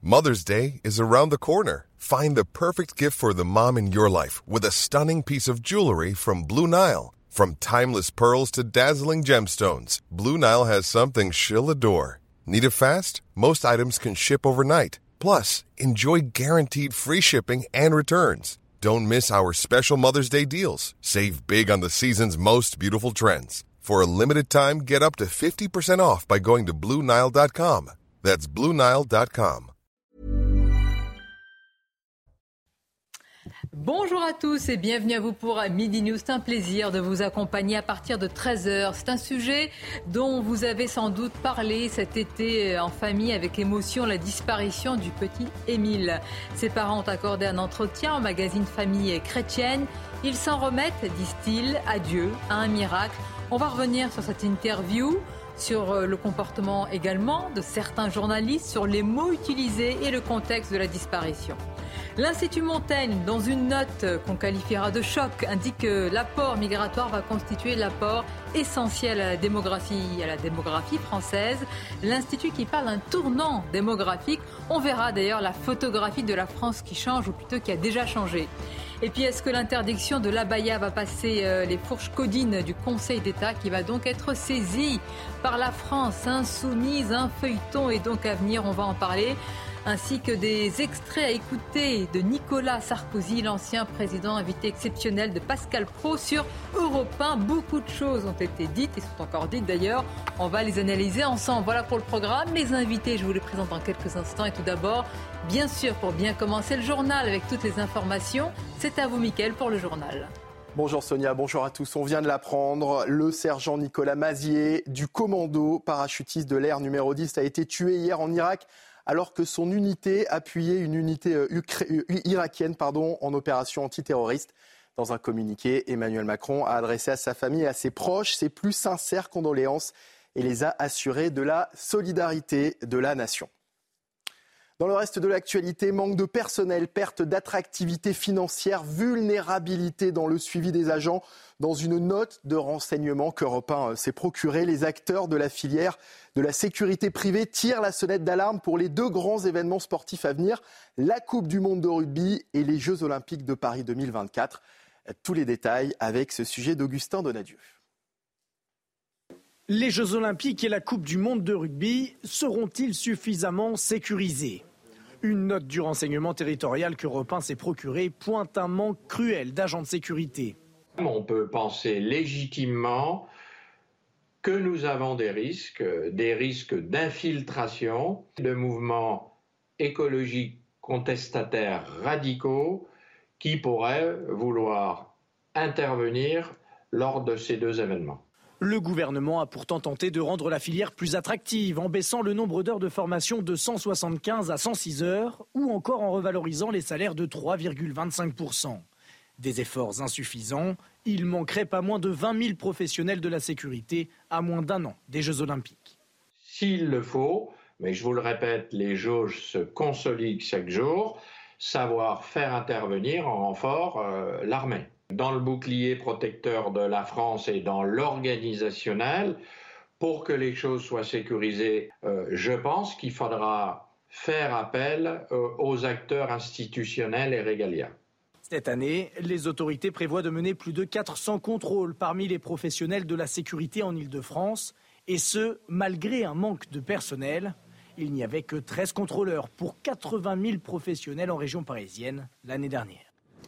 Mother's Day is around the corner. Find the perfect gift for the mom in your life with a stunning piece of jewelry from Blue Nile. From timeless pearls to dazzling gemstones, Blue Nile has something she'll adore. Need it fast? Most items can ship overnight. Plus, enjoy guaranteed free shipping and returns. Don't miss our special Mother's Day deals. Save big on the season's most beautiful trends. For a limited time, get up to 50% off by going to BlueNile.com. That's BlueNile.com. Bonjour à tous et bienvenue à vous pour Midi News. C'est un plaisir de vous accompagner à partir de 13h. C'est un sujet dont vous avez sans doute parlé cet été en famille avec émotion, la disparition du petit Émile. Ses parents ont accordé un entretien au magazine Famille chrétienne. Ils s'en remettent, disent-ils, à Dieu, à un miracle. On va revenir sur cette interview, sur le comportement également de certains journalistes, sur les mots utilisés et le contexte de la disparition. L'Institut Montaigne, dans une note qu'on qualifiera de choc, indique que l'apport migratoire va constituer l'apport essentiel à la démographie française. L'Institut qui parle d'un tournant démographique. On verra d'ailleurs la photographie de la France qui change, ou plutôt qui a déjà changé. Et puis, est-ce que l'interdiction de l'abaya va passer les fourches caudines du Conseil d'État qui va donc être saisi par la France insoumise? Un feuilleton est donc à venir, on va en parler. Ainsi que des extraits à écouter de Nicolas Sarkozy, l'ancien président invité exceptionnel de Pascal Praud sur Europe 1. Beaucoup de choses ont été dites et sont encore dites d'ailleurs. On va les analyser ensemble. Voilà pour le programme. Mes invités, je vous les présente dans quelques instants. Et tout d'abord, bien sûr, pour bien commencer le journal avec toutes les informations, c'est à vous, Mickaël, pour le journal. Bonjour Sonia, bonjour à tous. On vient de l'apprendre, le sergent Nicolas Mazier du commando parachutiste de l'air numéro 10 a été tué hier en Irak, alors que son unité appuyait une unité irakienne en opération antiterroriste. Dans un communiqué, Emmanuel Macron a adressé à sa famille et à ses proches ses plus sincères condoléances et les a assurés de la solidarité de la nation. Dans le reste de l'actualité, manque de personnel, perte d'attractivité financière, vulnérabilité dans le suivi des agents. Dans une note de renseignement qu'Europe 1 s'est procurée, les acteurs de la filière de la sécurité privée tirent la sonnette d'alarme pour les deux grands événements sportifs à venir, la Coupe du monde de rugby et les Jeux Olympiques de Paris 2024. Tous les détails avec ce sujet d'Augustin Donadieu. Les Jeux Olympiques et la Coupe du monde de rugby seront-ils suffisamment sécurisés ? Une note du renseignement territorial qu'Europe 1 s'est procurée pointe un manque cruel d'agents de sécurité. On peut penser légitimement que nous avons des risques d'infiltration, de mouvements écologiques contestataires radicaux qui pourraient vouloir intervenir lors de ces deux événements. Le gouvernement a pourtant tenté de rendre la filière plus attractive en baissant le nombre d'heures de formation de 175 à 106 heures ou encore en revalorisant les salaires de 3,25%. Des efforts insuffisants, il manquerait pas moins de 20 000 professionnels de la sécurité à moins d'un an des Jeux Olympiques. S'il le faut, mais je vous le répète, les jauges se consolident chaque jour, savoir faire intervenir en renfort l'armée. Dans le bouclier protecteur de la France et dans l'organisationnel, pour que les choses soient sécurisées, je pense qu'il faudra faire appel aux acteurs institutionnels et régaliens. Cette année, les autorités prévoient de mener plus de 400 contrôles parmi les professionnels de la sécurité en Île-de-France, et ce, malgré un manque de personnel. Il n'y avait que 13 contrôleurs pour 80 000 professionnels en région parisienne l'année dernière.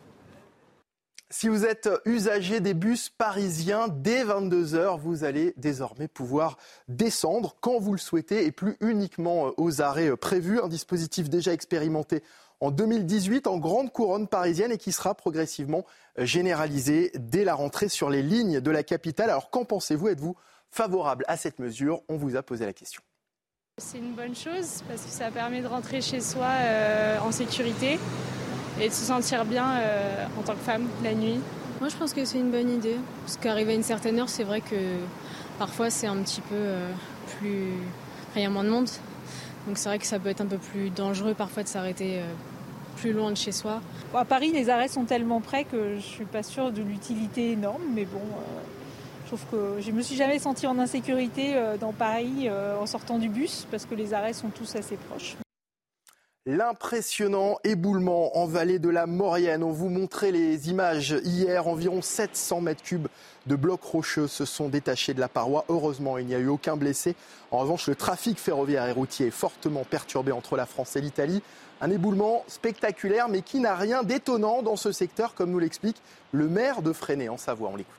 Si vous êtes usager des bus parisiens, dès 22h, vous allez désormais pouvoir descendre quand vous le souhaitez et plus uniquement aux arrêts prévus. Un dispositif déjà expérimenté en 2018 en grande couronne parisienne et qui sera progressivement généralisé dès la rentrée sur les lignes de la capitale. Alors qu'en pensez-vous ? Êtes-vous favorable à cette mesure ? On vous a posé la question. C'est une bonne chose parce que ça permet de rentrer chez soi en sécurité et de se sentir bien en tant que femme la nuit. Moi je pense que c'est une bonne idée, parce qu'arriver à une certaine heure, c'est vrai que parfois c'est un petit peu plus... il y a moins de monde, donc c'est vrai que ça peut être un peu plus dangereux parfois de s'arrêter plus loin de chez soi. À Paris, les arrêts sont tellement près que je ne suis pas sûre de l'utilité énorme, mais bon, je trouve que je ne me suis jamais sentie en insécurité dans Paris en sortant du bus, parce que les arrêts sont tous assez proches. L'impressionnant éboulement en vallée de la Maurienne. On vous montrait les images hier. Environ 700 mètres cubes de blocs rocheux se sont détachés de la paroi. Heureusement, il n'y a eu aucun blessé. En revanche, le trafic ferroviaire et routier est fortement perturbé entre la France et l'Italie. Un éboulement spectaculaire, mais qui n'a rien d'étonnant dans ce secteur, comme nous l'explique le maire de Fresnay en Savoie. On l'écoute.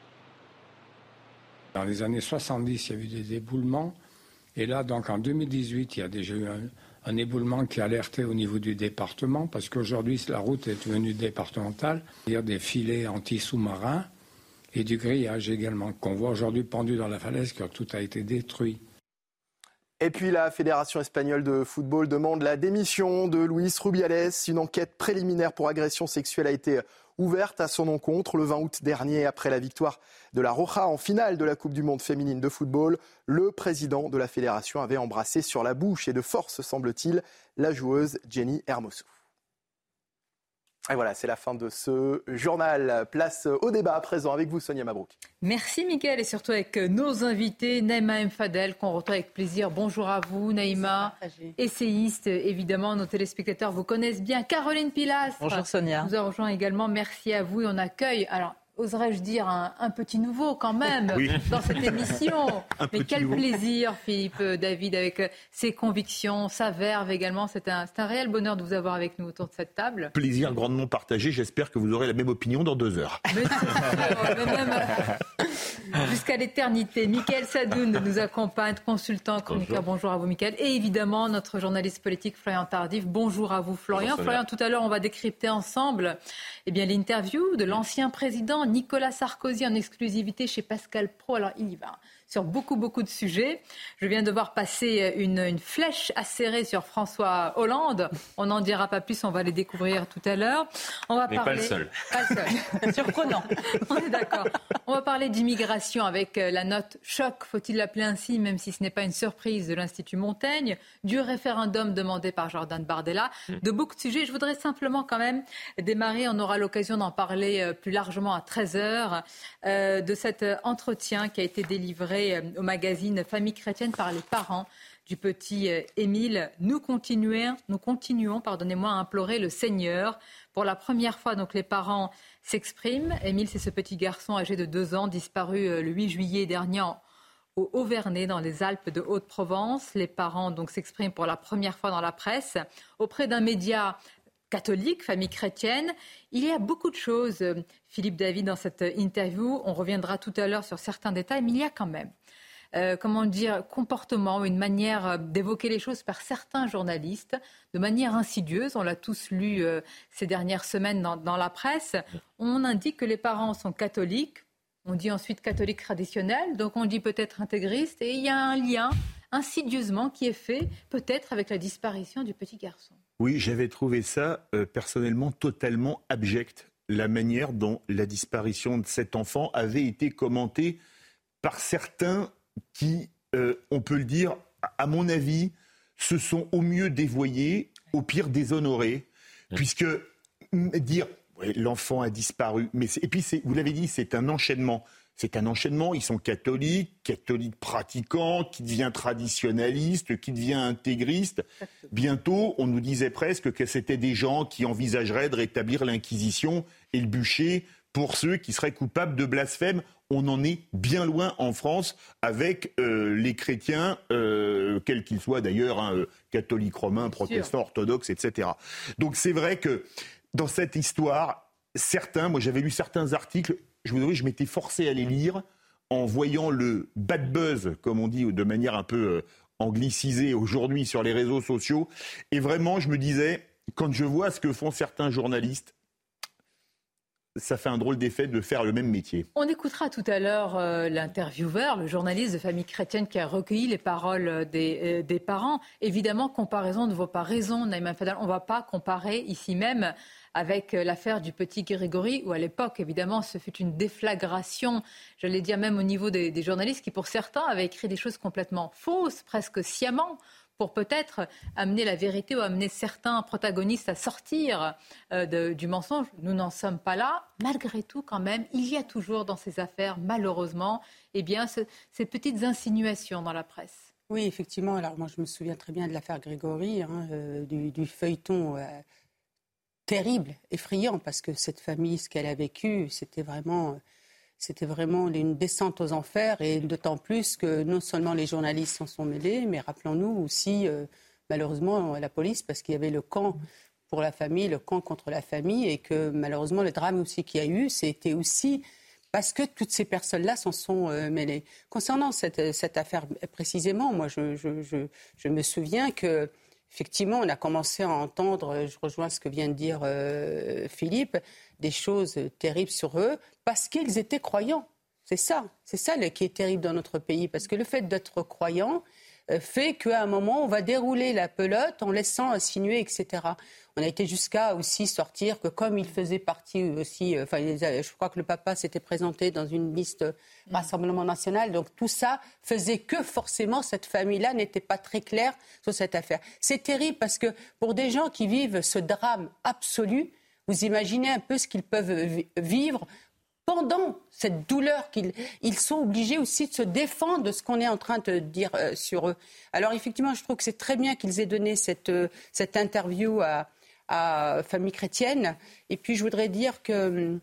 Dans les années 70, il y a eu des éboulements. Et là, donc en 2018, il y a déjà eu un éboulement qui a alerté au niveau du département, parce qu'aujourd'hui, la route est devenue départementale. Il y a des filets anti-sous-marins et du grillage également, qu'on voit aujourd'hui pendu dans la falaise, car tout a été détruit. Et puis la Fédération espagnole de football demande la démission de Luis Rubiales. Une enquête préliminaire pour agression sexuelle a été ouverte à son encontre le 20 août dernier, après la victoire de la Roja en finale de la Coupe du Monde féminine de football. Le président de la fédération avait embrassé sur la bouche et de force, semble-t-il, la joueuse Jenny Hermoso. Et voilà, c'est la fin de ce journal. Place au débat à présent avec vous, Sonia Mabrouk. Merci, Mickaël, et surtout avec nos invités, Naïma M. Fadel, qu'on retrouve avec plaisir. Bonjour à vous, Naïma, essayiste. Évidemment, nos téléspectateurs vous connaissent bien. Caroline Pilastre. Bonjour, Sonia. Nous a rejoint également. Merci à vous. Et on accueille, alors, oserais-je dire, un petit nouveau quand même dans cette émission. Mais quel plaisir, Philippe David, avec ses convictions, sa verve également. C'est un réel bonheur de vous avoir avec nous autour de cette table. Plaisir grandement partagé. J'espère que vous aurez la même opinion dans 2 heures. Mais c'est même jusqu'à l'éternité. Mickaël Sadoun nous accompagne, consultant, chroniqueur. Bonjour à vous, Mickaël. Et évidemment, notre journaliste politique, Florian Tardif. Bonjour à vous, Florian. Florian, tout à l'heure, on va décrypter ensemble l'interview de l'ancien président Nicolas Sarkozy en exclusivité chez Pascal Praud. Alors, il y va sur beaucoup de sujets. Je viens de voir passer une flèche acérée sur François Hollande. On n'en dira pas plus, on va les découvrir tout à l'heure. On va parler... pas le seul. Pas le seul. Surprenant. On est d'accord. On va parler d'immigration avec la note choc, faut-il l'appeler ainsi, même si ce n'est pas une surprise, de l'Institut Montaigne, du référendum demandé par Jordan Bardella, de beaucoup de sujets. Je voudrais simplement quand même démarrer, on aura l'occasion d'en parler plus largement à 13h, de cet entretien qui a été délivré au magazine Famille chrétienne par les parents du petit Émile. Nous continuons, à implorer le Seigneur. Pour la première fois, donc, les parents s'expriment. Émile, c'est ce petit garçon âgé de 2 ans, disparu le 8 juillet dernier au Auvernais, dans les Alpes de Haute-Provence. Les parents donc s'expriment pour la première fois dans la presse, auprès d'un média catholique, Famille chrétienne. Il y a beaucoup de choses, Philippe David, dans cette interview. On reviendra tout à l'heure sur certains détails, mais il y a quand même, comportement, une manière d'évoquer les choses par certains journalistes, de manière insidieuse. On l'a tous lu ces dernières semaines dans la presse. On indique que les parents sont catholiques. On dit ensuite catholiques traditionnels, donc on dit peut-être intégristes. Et il y a un lien, insidieusement, qui est fait, peut-être avec la disparition du petit garçon. Oui, j'avais trouvé ça personnellement totalement abject, la manière dont la disparition de cet enfant avait été commentée par certains qui, on peut le dire, à mon avis, se sont au mieux dévoyés, au pire déshonorés, puisque dire l'enfant a disparu, et puis vous l'avez dit, c'est un enchaînement. C'est un enchaînement, ils sont catholiques pratiquants, qui devient traditionnaliste, qui devient intégriste. Bientôt, on nous disait presque que c'était des gens qui envisageraient de rétablir l'Inquisition et le bûcher pour ceux qui seraient coupables de blasphème. On en est bien loin en France avec les chrétiens, quels qu'ils soient d'ailleurs, catholiques romains, protestants, orthodoxes, etc. Donc c'est vrai que dans cette histoire, moi j'avais lu certains articles, je m'étais forcé à les lire en voyant le bad buzz, comme on dit de manière un peu anglicisée aujourd'hui sur les réseaux sociaux. Et vraiment, je me disais, quand je vois ce que font certains journalistes, ça fait un drôle d'effet de faire le même métier. On écoutera tout à l'heure l'intervieweur, le journaliste de Famille chrétienne qui a recueilli les paroles des parents. Évidemment, comparaison ne vaut pas raison, Naïma Fadel. On ne va pas comparer ici même avec l'affaire du petit Grégory, où à l'époque, évidemment, ce fut une déflagration, j'allais dire même au niveau des journalistes qui, pour certains, avaient écrit des choses complètement fausses, presque sciemment, pour peut-être amener la vérité ou amener certains protagonistes à sortir du mensonge. Nous n'en sommes pas là. Malgré tout, quand même, il y a toujours dans ces affaires, malheureusement, ces petites insinuations dans la presse. Oui, effectivement. Alors moi, je me souviens très bien de l'affaire Grégory, du feuilleton terrible, effrayant, parce que cette famille, ce qu'elle a vécu, c'était vraiment une descente aux enfers, et d'autant plus que non seulement les journalistes s'en sont mêlés, mais rappelons-nous aussi, malheureusement, la police, parce qu'il y avait le camp pour la famille, le camp contre la famille, et que malheureusement, le drame aussi qu'il y a eu, c'était aussi parce que toutes ces personnes-là s'en sont mêlées. Concernant cette affaire précisément, moi, je me souviens que effectivement, on a commencé à entendre, je rejoins ce que vient de dire Philippe, des choses terribles sur eux, parce qu'ils étaient croyants. C'est ça qui est terrible dans notre pays, parce que le fait d'être croyant fait qu'à un moment, on va dérouler la pelote en laissant insinuer, etc. On a été jusqu'à aussi sortir que comme il faisait partie aussi, je crois que le papa s'était présenté dans une liste Rassemblement National, donc tout ça faisait que forcément cette famille-là n'était pas très claire sur cette affaire. C'est terrible parce que pour des gens qui vivent ce drame absolu, vous imaginez un peu ce qu'ils peuvent vivre pendant cette douleur qu'ils sont obligés aussi de se défendre de ce qu'on est en train de dire sur eux. Alors effectivement, je trouve que c'est très bien qu'ils aient donné cette interview à Famille Chrétienne. Et puis je voudrais dire que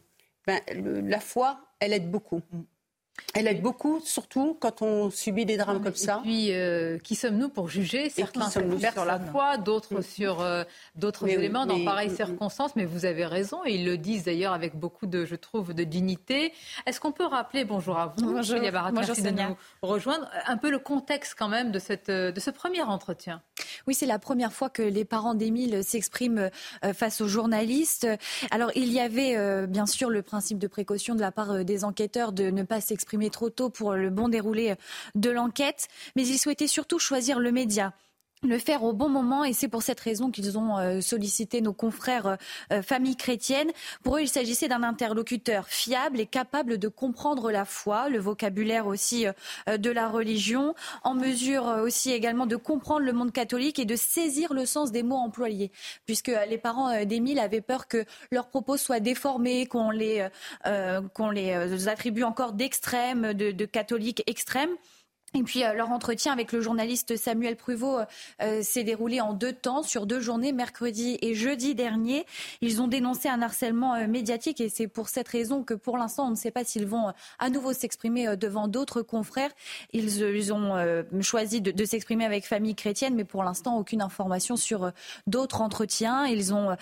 la foi, elle aide beaucoup. Elle aide beaucoup, surtout quand on subit des drames comme ça. Et puis, qui sommes-nous pour juger ? Certains sont sur la foi, d'autres sur d'autres éléments dans pareilles circonstances. Mais vous avez raison, et ils le disent d'ailleurs avec beaucoup je trouve, de dignité. Est-ce qu'on peut rappeler, bonjour à vous, bonjour. Merci de nous rejoindre, un peu le contexte quand même de ce premier entretien ? Oui, c'est la première fois que les parents d'Émile s'expriment face aux journalistes. Alors, il y avait bien sûr le principe de précaution de la part des enquêteurs de ne pas s'exprimer trop tôt pour le bon déroulé de l'enquête, mais ils souhaitaient surtout choisir le média, le faire au bon moment, et c'est pour cette raison qu'ils ont sollicité nos confrères Famille Chrétienne. Pour eux, il s'agissait d'un interlocuteur fiable et capable de comprendre la foi, le vocabulaire aussi de la religion, en mesure aussi également de comprendre le monde catholique et de saisir le sens des mots employés, puisque les parents d'Émile avaient peur que leurs propos soient déformés, qu'on les attribue encore d'extrêmes, de catholiques extrêmes. Et puis leur entretien avec le journaliste Samuel Pruvot s'est déroulé en 2 temps, sur 2 journées, mercredi et jeudi dernier. Ils ont dénoncé un harcèlement médiatique, et c'est pour cette raison que pour l'instant on ne sait pas s'ils vont à nouveau s'exprimer devant d'autres confrères. Ils ont choisi de s'exprimer avec Famille Chrétienne, mais pour l'instant aucune information sur d'autres entretiens. Ils ont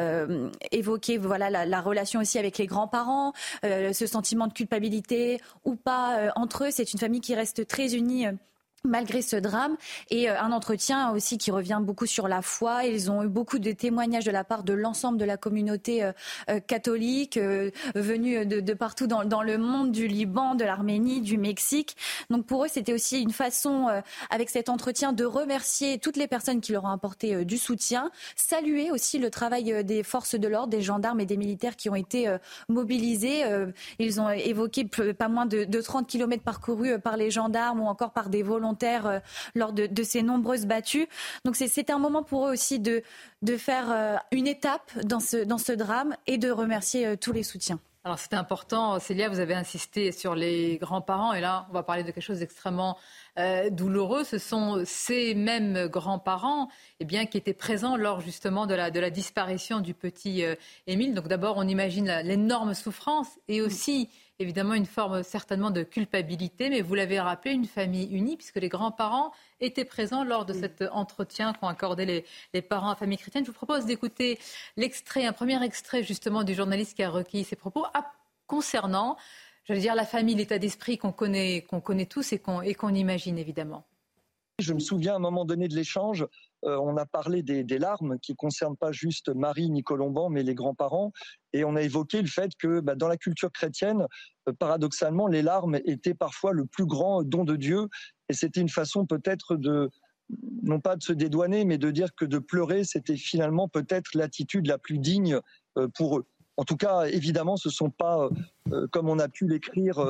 évoqué la relation aussi avec les grands-parents, ce sentiment de culpabilité ou pas entre eux. C'est une famille qui reste très unis malgré ce drame, et un entretien aussi qui revient beaucoup sur la foi. Ils ont eu beaucoup de témoignages de la part de l'ensemble de la communauté catholique venus de partout dans le monde, du Liban, de l'Arménie, du Mexique. Donc pour eux, c'était aussi une façon, avec cet entretien, de remercier toutes les personnes qui leur ont apporté du soutien, saluer aussi le travail des forces de l'ordre, des gendarmes et des militaires qui ont été mobilisés. Ils ont évoqué pas moins de 30 kilomètres parcourus par les gendarmes ou encore par des volontaires lors de ces nombreuses battues. Donc c'est un moment pour eux aussi de faire une étape dans ce drame et de remercier tous les soutiens. Alors c'était important, Célia, vous avez insisté sur les grands-parents, et là on va parler de quelque chose d'extrêmement douloureux. Ce sont ces mêmes grands-parents qui étaient présents lors justement de la disparition du petit Émile. Donc d'abord on imagine l'énorme souffrance et aussi évidemment une forme certainement de culpabilité, mais vous l'avez rappelé, une famille unie, puisque les grands-parents étaient présents lors de cet entretien qu'ont accordé les parents à Famille Chrétienne. Je vous propose d'écouter un premier extrait justement du journaliste qui a recueilli ses propos concernant, la famille, l'état d'esprit qu'on connaît tous et qu'on imagine évidemment. Je me souviens à un moment donné de l'échange, on a parlé des larmes qui ne concernent pas juste Marie ni Colomban, mais les grands-parents. Et on a évoqué le fait que dans la culture chrétienne, paradoxalement, les larmes étaient parfois le plus grand don de Dieu. Et c'était une façon peut-être non pas de se dédouaner, mais de dire que de pleurer, c'était finalement peut-être l'attitude la plus digne pour eux. En tout cas, évidemment, ce ne sont pas, comme on a pu l'écrire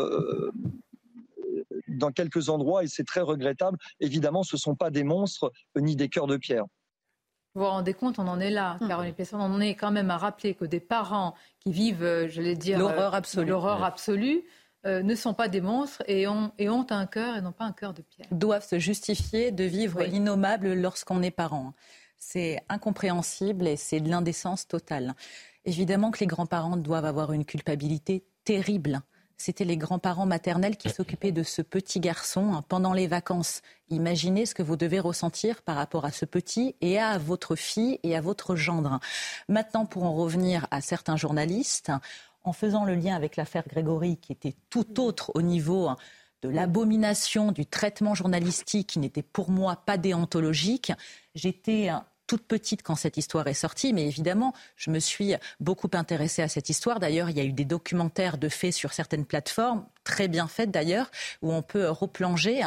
dans quelques endroits, et c'est très regrettable, évidemment, ce ne sont pas des monstres ni des cœurs de pierre. Vous vous rendez compte, on en est là, Caroline Pesson, on en est quand même à rappeler que des parents qui vivent, l'horreur absolue, ne sont pas des monstres et ont un cœur et n'ont pas un cœur de pierre. Doivent se justifier de vivre l'innommable lorsqu'on est parent. C'est incompréhensible et c'est de l'indécence totale. Évidemment que les grands-parents doivent avoir une culpabilité terrible. C'était les grands-parents maternels qui s'occupaient de ce petit garçon pendant les vacances. Imaginez ce que vous devez ressentir par rapport à ce petit et à votre fille et à votre gendre. Maintenant, pour en revenir à certains journalistes, en faisant le lien avec l'affaire Grégory, qui était tout autre au niveau de l'abomination du traitement journalistique, qui n'était pour moi pas déontologique, j'étais toute petite quand cette histoire est sortie, mais évidemment, je me suis beaucoup intéressée à cette histoire. D'ailleurs, il y a eu des documentaires de faits sur certaines plateformes, très bien faites d'ailleurs, où on peut replonger.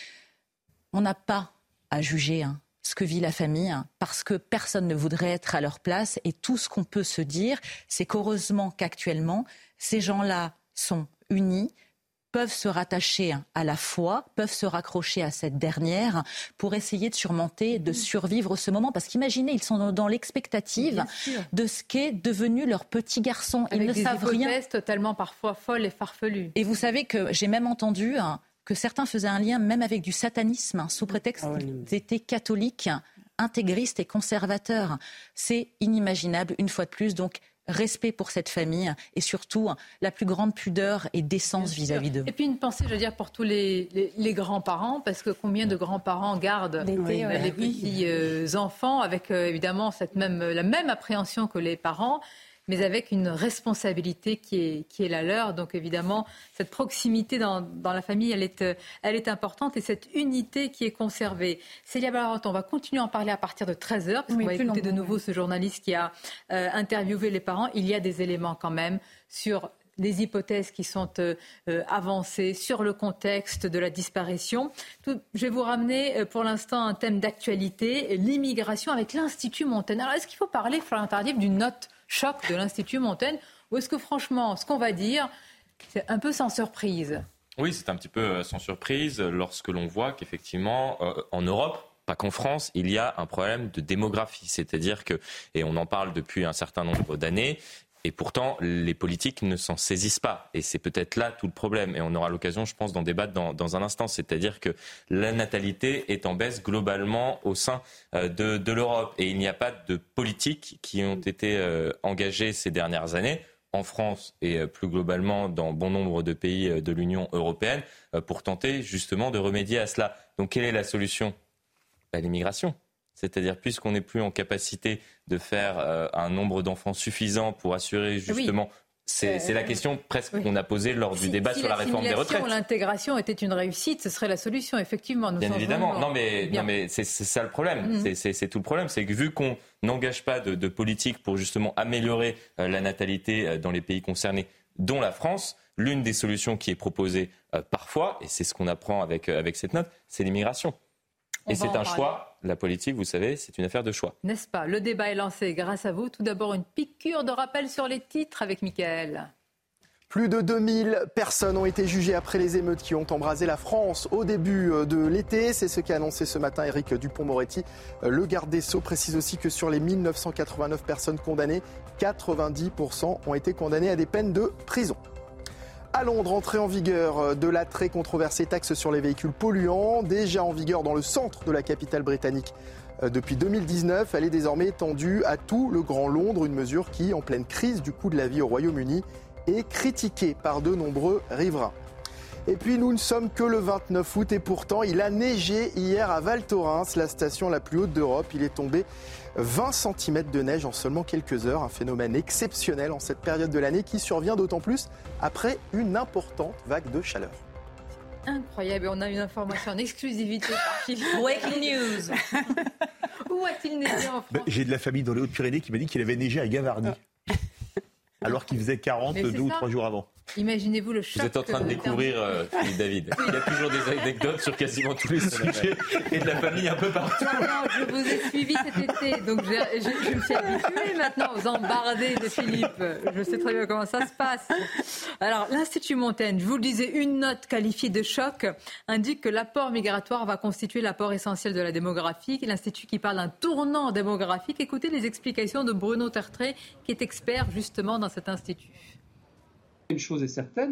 On n'a pas à juger ce que vit la famille, parce que personne ne voudrait être à leur place. Et tout ce qu'on peut se dire, c'est qu'heureusement qu'actuellement, ces gens-là sont unis, peuvent se rattacher à la foi, peuvent se raccrocher à cette dernière pour essayer de surmonter, de survivre ce moment. Parce qu'imaginez, ils sont dans l'expectative de ce qu'est devenu leur petit garçon. Ils ne savent rien. Avec des hypothèses totalement parfois folles et farfelues. Et vous savez que j'ai même entendu que certains faisaient un lien même avec du satanisme, sous prétexte qu'ils étaient catholiques, intégristes et conservateurs. C'est inimaginable, une fois de plus. Donc, respect pour cette famille et surtout la plus grande pudeur et décence vis-à-vis d'eux. Et puis une pensée, je veux dire, pour tous les grands-parents, parce que combien de grands-parents gardent les petits enfants avec évidemment la même appréhension que les parents, mais avec une responsabilité qui est la leur. Donc évidemment, cette proximité dans la famille, elle est importante et cette unité qui est conservée. Célia Ballarotte, on va continuer à en parler à partir de 13h, parce qu'on va écouter de nouveau ce journaliste qui a interviewé les parents. Il y a des éléments quand même sur des hypothèses qui sont avancées, sur le contexte de la disparition. Je vais vous ramener pour l'instant un thème d'actualité, l'immigration avec l'Institut Montaigne. Alors est-ce qu'il faut parler, Florian Tardif, d'une note choc de l'Institut Montaigne, ou est-ce que franchement, ce qu'on va dire, c'est un peu sans surprise? Oui, c'est un petit peu sans surprise lorsque l'on voit qu'effectivement, en Europe, pas qu'en France, il y a un problème de démographie. C'est-à-dire que, et on en parle depuis un certain nombre d'années, et pourtant, les politiques ne s'en saisissent pas. Et c'est peut-être là tout le problème. Et on aura l'occasion, je pense, d'en débattre dans un instant. C'est-à-dire que la natalité est en baisse globalement au sein de l'Europe. Et il n'y a pas de politiques qui ont été engagées ces dernières années, en France et plus globalement dans bon nombre de pays de l'Union européenne, pour tenter justement de remédier à cela. Donc quelle est la solution ? L'immigration. C'est-à-dire, puisqu'on n'est plus en capacité de faire un nombre d'enfants suffisant pour assurer justement... C'est la question presque qu'on a posée lors du débat sur la réforme des retraites. Si l'intégration était une réussite, ce serait la solution, effectivement. Bien évidemment. Non, mais c'est ça le problème. C'est tout le problème. C'est que vu qu'on n'engage pas de politique pour justement améliorer la natalité dans les pays concernés, dont la France, l'une des solutions qui est proposée parfois, et c'est ce qu'on apprend avec cette note, c'est l'immigration. Et c'est un choix. La politique, vous savez, c'est une affaire de choix. N'est-ce pas ? Le débat est lancé grâce à vous. Tout d'abord, une piqûre de rappel sur les titres avec Mickaël. Plus de 2000 personnes ont été jugées après les émeutes qui ont embrasé la France au début de l'été. C'est ce qu'a annoncé ce matin Éric Dupond-Moretti. Le garde des Sceaux précise aussi que sur les 1989 personnes condamnées, 90% ont été condamnées à des peines de prison. À Londres, entrée en vigueur de la très controversée taxe sur les véhicules polluants, déjà en vigueur dans le centre de la capitale britannique depuis 2019. Elle est désormais étendue à tout le Grand Londres, une mesure qui, en pleine crise du coût de la vie au Royaume-Uni, est critiquée par de nombreux riverains. Et puis nous ne sommes que le 29 août et pourtant il a neigé hier à Val Thorens, la station la plus haute d'Europe. Il est tombé 20 cm de neige en seulement quelques heures, un phénomène exceptionnel en cette période de l'année qui survient d'autant plus après une importante vague de chaleur. Incroyable, on a une information en exclusivité par Philippe. Breaking news. Où a-t-il neigé en France ? J'ai de la famille dans les Hautes-Pyrénées qui m'a dit qu'il avait neigé à Gavarnie. Alors qu'il faisait 40 2 ou 3 jours avant. Imaginez-vous le choc. Vous êtes en train de découvrir Philippe David. Il y a toujours des anecdotes sur quasiment tous les sujets et de la famille un peu partout. Non, je vous ai suivi cet été, donc je me suis habituée maintenant aux embardées de Philippe. Je sais très bien comment ça se passe. Alors, l'Institut Montaigne, je vous le disais, une note qualifiée de choc indique que l'apport migratoire va constituer l'apport essentiel de la démographie. L'Institut qui parle d'un tournant démographique. Écoutez les explications de Bruno Tertré, qui est expert justement dans cet institut. Une chose est certaine,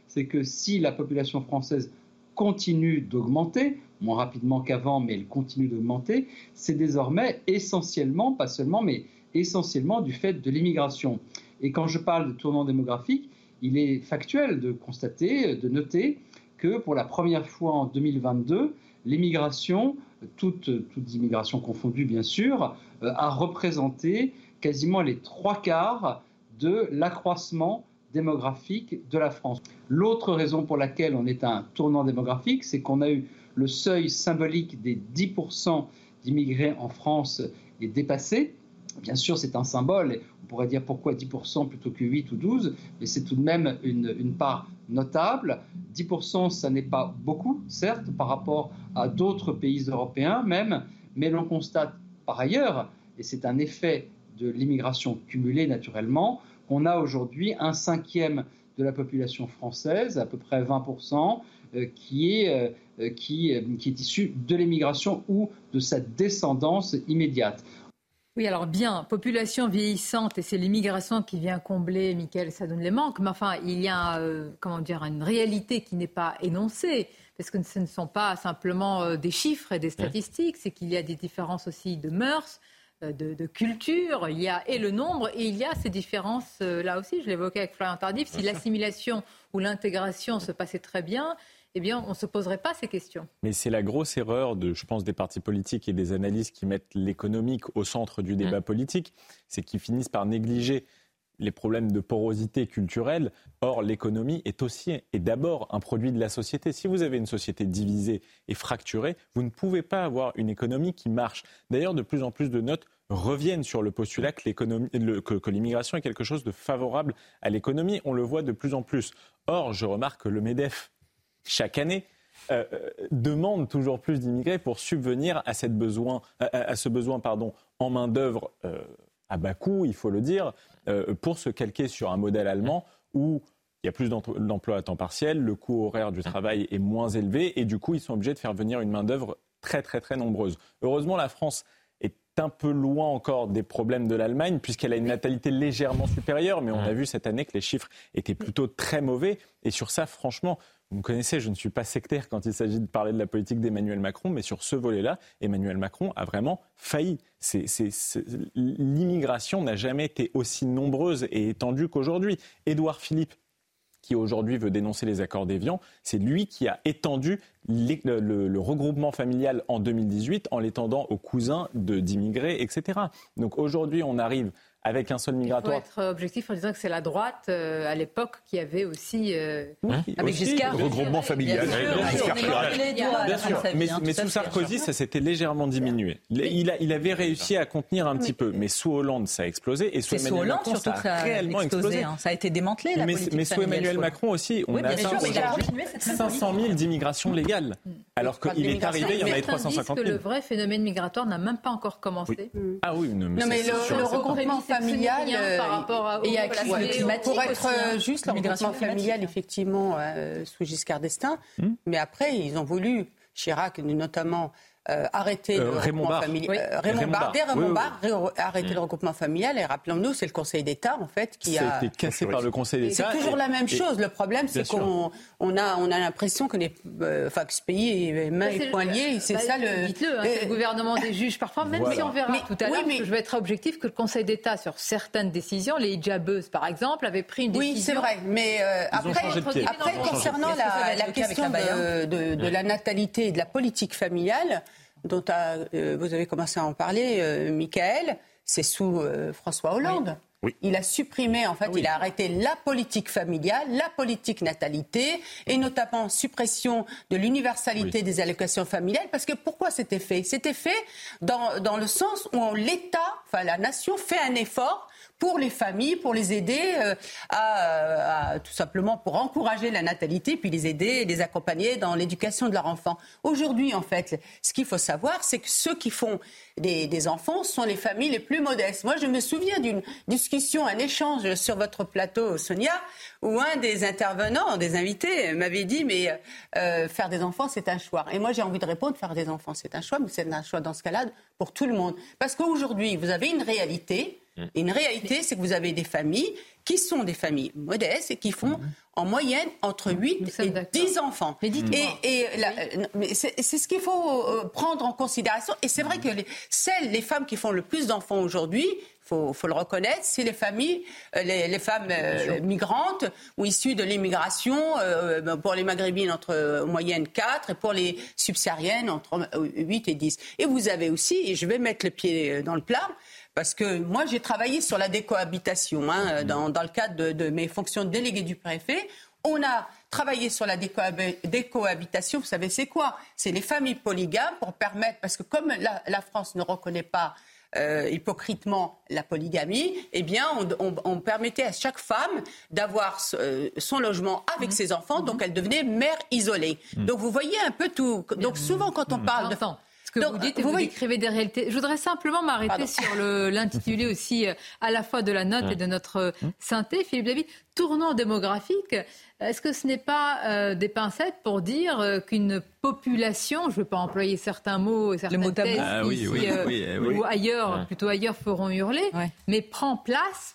c'est que si la population française continue d'augmenter, moins rapidement qu'avant, mais elle continue d'augmenter, c'est désormais essentiellement, pas seulement, mais essentiellement du fait de l'immigration. Et quand je parle de tournant démographique, il est factuel de constater, de noter que pour la première fois en 2022, l'immigration, toutes immigrations confondues bien sûr, a représenté quasiment les 3/4 de l'accroissement démographique de la France. L'autre raison pour laquelle on est à un tournant démographique, c'est qu'on a eu le seuil symbolique des 10% d'immigrés en France est dépassé. Bien sûr, c'est un symbole. On pourrait dire pourquoi 10% plutôt que 8 ou 12, mais c'est tout de même une part notable. 10%, ça n'est pas beaucoup, certes, par rapport à d'autres pays européens même, mais l'on constate par ailleurs, et c'est un effet de l'immigration cumulée naturellement, qu'on a aujourd'hui 1/5 de la population française, à peu près 20%, qui est issue de l'immigration ou de sa descendance immédiate. Oui, alors bien, population vieillissante, et c'est l'immigration qui vient combler, Mickaël Sadoun, les manques, mais enfin, il y a une réalité qui n'est pas énoncée, parce que ce ne sont pas simplement des chiffres et des statistiques, c'est qu'il y a des différences aussi de mœurs, de culture, il y a et le nombre, et il y a ces différences, là aussi, je l'évoquais avec Florian Tardif, si l'assimilation ou l'intégration se passait très bien, eh bien, on ne se poserait pas ces questions. Mais c'est la grosse erreur, je pense, des partis politiques et des analystes qui mettent l'économique au centre du débat politique, c'est qu'ils finissent par négliger les problèmes de porosité culturelle. Or, l'économie est aussi et d'abord un produit de la société. Si vous avez une société divisée et fracturée, vous ne pouvez pas avoir une économie qui marche. D'ailleurs, de plus en plus de notes reviennent sur le postulat que l'immigration est quelque chose de favorable à l'économie. On le voit de plus en plus. Or, je remarque que le MEDEF, chaque année, demande toujours plus d'immigrés pour subvenir à ce besoin en main-d'œuvre à bas coût, il faut le dire, pour se calquer sur un modèle allemand où il y a plus d'emplois à temps partiel, le coût horaire du travail est moins élevé et du coup, ils sont obligés de faire venir une main-d'œuvre très, très, très nombreuse. Heureusement, la France est un peu loin encore des problèmes de l'Allemagne puisqu'elle a une natalité légèrement supérieure, mais on a vu cette année que les chiffres étaient plutôt très mauvais. Et sur ça, franchement, vous me connaissez, je ne suis pas sectaire quand il s'agit de parler de la politique d'Emmanuel Macron, mais sur ce volet-là, Emmanuel Macron a vraiment failli. L'immigration n'a jamais été aussi nombreuse et étendue qu'aujourd'hui. Édouard Philippe, qui aujourd'hui veut dénoncer les accords d'Évian, c'est lui qui a étendu le regroupement familial en 2018 en l'étendant aux cousins d'immigrés, etc. Donc aujourd'hui, on arrive avec un sol migratoire. Il faut être objectif en disant que c'est la droite, à l'époque, qui avait aussi... avec Giscard. Le regroupement familial. Bien sûr. Mais sous Sarkozy, ça s'était légèrement diminué. Il avait réussi à contenir un petit peu. Mais sous Hollande, ça a explosé. Et sous Emmanuel Macron, ça a réellement explosé. Ça a été démantelé, la politique familiale. Mais sous Emmanuel Macron aussi, on a 500 000 d'immigration légale. Alors qu'il est arrivé, il y en avait 350 000. Que le vrai phénomène migratoire n'a même pas encore commencé. Ah oui, mais le regroupement familial et pour être juste, le regroupement familial, effectivement, sous Giscard d'Estaing, mais après, ils ont voulu, Chirac notamment, arrêter le regroupement familial. Raymond Barre, arrêter le regroupement familial. Et rappelons-nous, c'est le Conseil d'État, en fait, qui a... Ça a été cassé par le Conseil d'État. C'est toujours la même chose. Le problème, c'est qu'on a l'impression que ce pays est main et poing liés. C'est ça le... Dites-le, c'est le gouvernement des juges, parfois, même si on verra tout à l'heure, que je vais être objectif, que le Conseil d'État, sur certaines décisions, les hijabeuses, par exemple, avait pris une décision... Oui, c'est vrai. Mais après, concernant la question de la natalité et de la politique familiale, dont vous avez commencé à en parler, Mickaël, c'est sous François Hollande. Oui. Il a supprimé, en fait, il a arrêté la politique familiale, la politique natalité, et notamment suppression de l'universalité des allocations familiales. Parce que pourquoi c'était fait ? C'était fait dans le sens où l'État, enfin la nation, fait un effort pour les familles, pour les aider tout simplement pour encourager la natalité, puis les aider, les accompagner dans l'éducation de leurs enfants. Aujourd'hui, en fait, ce qu'il faut savoir, c'est que ceux qui font des enfants sont les familles les plus modestes. Moi, je me souviens d'une discussion, un échange sur votre plateau, Sonia, où un des intervenants, des invités, m'avait dit, mais faire des enfants, c'est un choix. Et moi, j'ai envie de répondre, faire des enfants, c'est un choix, mais c'est un choix dans ce cas-là pour tout le monde. Parce qu'aujourd'hui, vous avez une réalité Et une réalité, c'est que vous avez des familles qui sont des familles modestes et qui font en moyenne entre 8 et 10 enfants. Mais c'est ce qu'il faut prendre en considération. Et c'est vrai que les femmes qui font le plus d'enfants aujourd'hui, faut le reconnaître, c'est les familles, les femmes migrantes ou issues de l'immigration, pour les maghrébines entre en moyenne 4 et pour les subsahariennes entre 8 et 10. Et vous avez aussi, et je vais mettre le pied dans le plat, parce que moi, j'ai travaillé sur la décohabitation dans le cadre de mes fonctions de délégué du préfet. On a travaillé sur la décohabitation. Vous savez, c'est quoi ? C'est les familles polygames pour permettre, parce que comme la France ne reconnaît pas hypocritement la polygamie, eh bien, on permettait à chaque femme d'avoir son logement avec ses enfants, donc elle devenait mère isolée. Donc vous voyez un peu tout. Donc souvent, quand on parle de... Ce que vous dites et vous décrivez des réalités. Je voudrais simplement m'arrêter sur l'intitulé aussi à la fois de la note et de notre synthé. Philippe David, tournant démographique, est-ce que ce n'est pas des pincettes pour dire qu'une population, je ne veux pas employer certains mots, certaines thèses ou ailleurs, plutôt ailleurs feront hurler, mais prend place,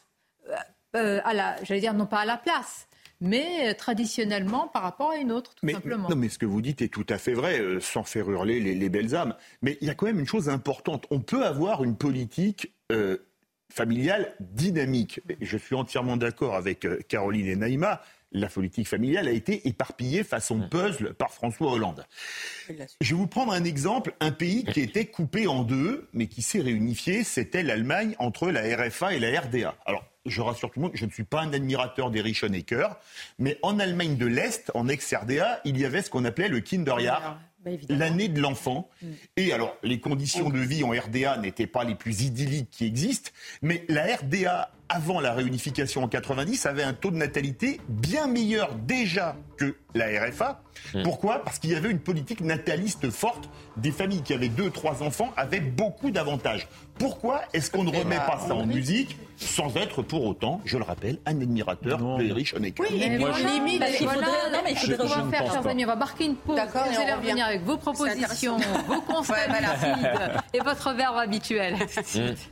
j'allais dire non pas à la place, mais traditionnellement par rapport à une autre, tout simplement. Non, mais ce que vous dites est tout à fait vrai, sans faire hurler les belles âmes. Mais il y a quand même une chose importante. On peut avoir une politique familiale dynamique. Je suis entièrement d'accord avec Caroline et Naïma. La politique familiale a été éparpillée façon puzzle par François Hollande. Je vais vous prendre un exemple. Un pays qui était coupé en deux, mais qui s'est réunifié, c'était l'Allemagne entre la RFA et la RDA. Alors, je rassure tout le monde, je ne suis pas un admirateur d'Erich Honecker, mais en Allemagne de l'Est, en ex-RDA, il y avait ce qu'on appelait le Kinderjahr, l'année de l'enfant. Et alors, les conditions de vie en RDA n'étaient pas les plus idylliques qui existent, mais la RDA, avant la réunification en 90, avait un taux de natalité bien meilleur déjà que la RFA. Pourquoi ? Parce qu'il y avait une politique nataliste forte. Des familles qui avaient 2-3 enfants avaient beaucoup d'avantages. Pourquoi est-ce qu'on ne remet pas ça en musique sans être pour autant, je le rappelle, un admirateur de Erich Honecker? Oui, et moi, limite, on va marquer une pause. Vous allez revenir avec vos propositions, vos constats et votre verbe habituel. Tout de suite.